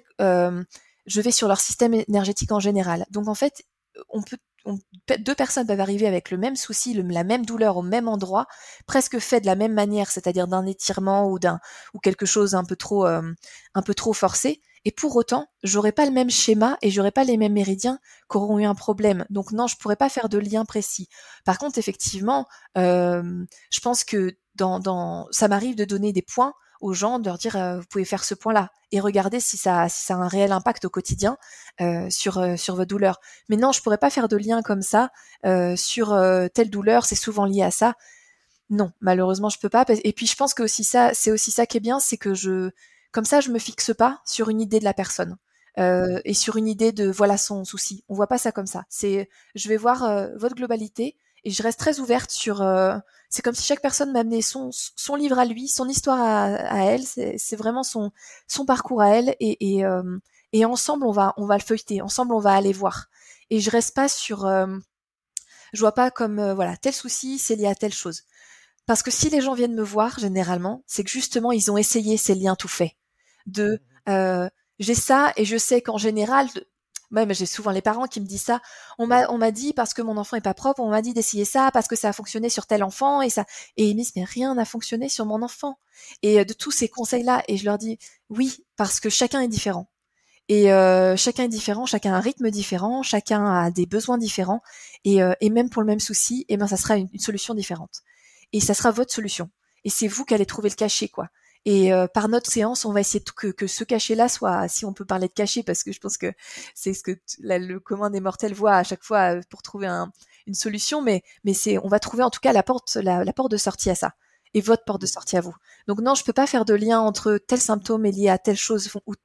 je vais sur leur système énergétique en général. Donc en fait, on peut deux personnes peuvent arriver avec le même souci, la même douleur au même endroit, presque fait de la même manière, c'est-à-dire d'un étirement ou quelque chose un peu trop forcé. Et pour autant, j'aurais pas le même schéma et j'aurais pas les mêmes méridiens qu'auront eu un problème. Donc non, je pourrais pas faire de lien précis. Par contre, effectivement, je pense que ça m'arrive de donner des points aux gens, de leur dire vous pouvez faire ce point-là et regarder si ça a un réel impact au quotidien sur votre douleur. Mais non, je pourrais pas faire de lien comme ça sur telle douleur, c'est souvent lié à ça. Non, malheureusement, je peux pas. Et puis, je pense que c'est aussi ça qui est bien, c'est que comme ça, je me fixe pas sur une idée de la personne et sur une idée de voilà son souci. On voit pas ça comme ça. Je vais voir votre globalité et je reste très ouverte sur. C'est comme si chaque personne m'amenait son livre à lui, son histoire à elle. C'est vraiment son parcours à elle et ensemble on va le feuilleter. Ensemble, on va aller voir. Et je reste pas sur. Je vois pas comme voilà tel souci, c'est lié à telle chose. Parce que si les gens viennent me voir, généralement, c'est que justement, ils ont essayé ces liens tout faits. De, j'ai ça et je sais qu'en général, même j'ai souvent les parents qui me disent ça. On m'a dit parce que mon enfant est pas propre, on m'a dit d'essayer ça parce que ça a fonctionné sur tel enfant et ils me disent mais rien n'a fonctionné sur mon enfant. Et de tous ces conseils-là, et je leur dis oui parce que chacun est différent. Et chacun est différent, chacun a un rythme différent, chacun a des besoins différents, et même pour le même souci, eh ben ça sera une solution différente. Et ça sera votre solution. Et c'est vous qui allez trouver le cachet, quoi. Et par notre séance, on va essayer que ce cachet-là soit, si on peut parler de cachet, parce que je pense que c'est ce que le commun des mortels voit à chaque fois pour trouver une solution, mais on va trouver en tout cas la porte de sortie à ça. Et votre porte de sortie à vous. Donc non, je peux pas faire de lien entre tel symptôme est lié à telle chose ou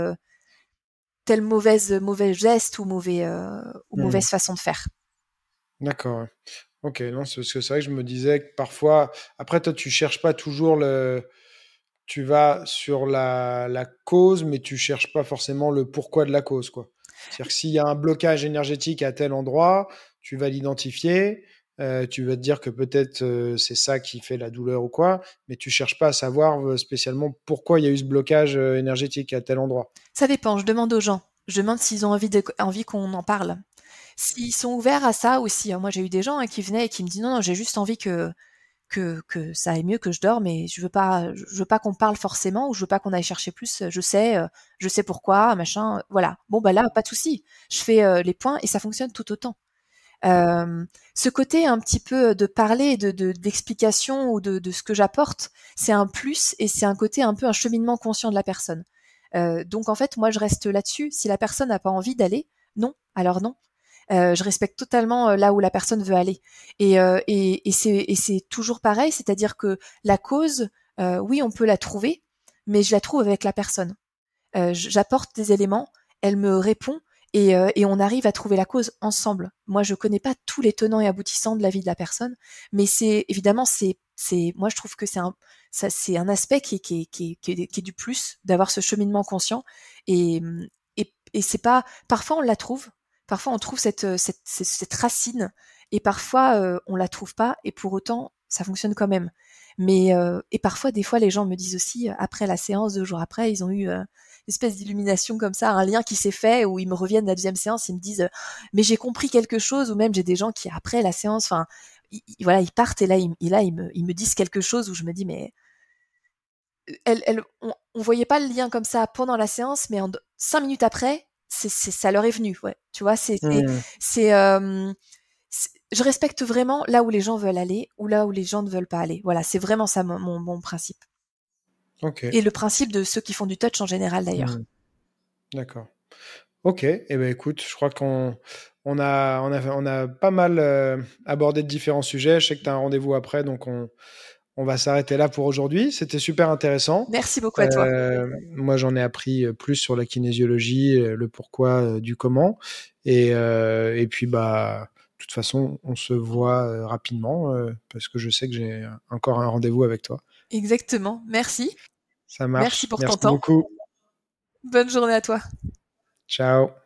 telle mauvais geste ou hmm. mauvaise façon de faire. D'accord. Ouais. Ok, non, c'est vrai que je me disais que parfois, après, toi, tu cherches pas toujours tu vas sur la cause, mais tu cherches pas forcément le pourquoi de la cause, quoi. C'est-à-dire que s'il y a un blocage énergétique à tel endroit, tu vas l'identifier, tu vas te dire que peut-être c'est ça qui fait la douleur ou quoi, mais tu cherches pas à savoir spécialement pourquoi il y a eu ce blocage énergétique à tel endroit. Ça dépend, je demande aux gens. Je demande s'ils ont envie qu'on en parle. S'ils sont ouverts à ça aussi. Moi, j'ai eu des gens qui venaient et qui me disent non, non, j'ai juste envie que ça aille mieux, que je dorme, mais je veux pas qu'on parle forcément ou je veux pas qu'on aille chercher plus. Je sais pourquoi, machin. Voilà. Bon, bah là, pas de souci. Je fais les points et ça fonctionne tout autant. Ce côté un petit peu de parler, d'explication ou de ce que j'apporte, c'est un plus et c'est un côté un peu un cheminement conscient de la personne. Donc en fait, moi je reste là-dessus. Si la personne n'a pas envie d'aller, non, alors non. Je respecte totalement là où la personne veut aller. Et c'est toujours pareil, c'est-à-dire que la cause, oui, on peut la trouver, mais je la trouve avec la personne. J'apporte des éléments, elle me répond et on arrive à trouver la cause ensemble. Moi, je connais pas tous les tenants et aboutissants de la vie de la personne, mais c'est évidemment moi je trouve que c'est un aspect qui est du plus d'avoir ce cheminement conscient et et c'est pas parfois on la trouve, parfois on trouve cette racine et parfois on la trouve pas et pour autant ça fonctionne quand même. Mais et parfois, des fois, les gens me disent aussi, après la séance, 2 jours après, ils ont eu une espèce d'illumination comme ça, un lien qui s'est fait, où ils me reviennent la deuxième séance, ils me disent, mais j'ai compris quelque chose, ou même j'ai des gens qui après la séance, enfin, voilà, ils partent et là, ils me disent quelque chose où je me dis, mais on voyait pas le lien comme ça pendant la séance, mais 5 minutes après, ça leur est venu, ouais. Tu vois, Hmm. c'est, je respecte vraiment là où les gens veulent aller ou là où les gens ne veulent pas aller. Voilà, c'est vraiment ça mon principe. Ok. Et le principe de ceux qui font du touch en général d'ailleurs. Hmm. D'accord. Ok. Eh ben écoute, je crois qu'on a pas mal abordé de différents sujets. Je sais que tu as un rendez-vous après, donc on va s'arrêter là pour aujourd'hui. C'était super intéressant. Merci beaucoup à toi. Moi, j'en ai appris plus sur la kinésiologie, le pourquoi du comment. Et puis, bah, de toute façon, on se voit rapidement parce que je sais que j'ai encore un rendez-vous avec toi. Exactement. Merci. Ça Merci marche. pour ton Merci temps. beaucoup. Bonne journée à toi. Ciao.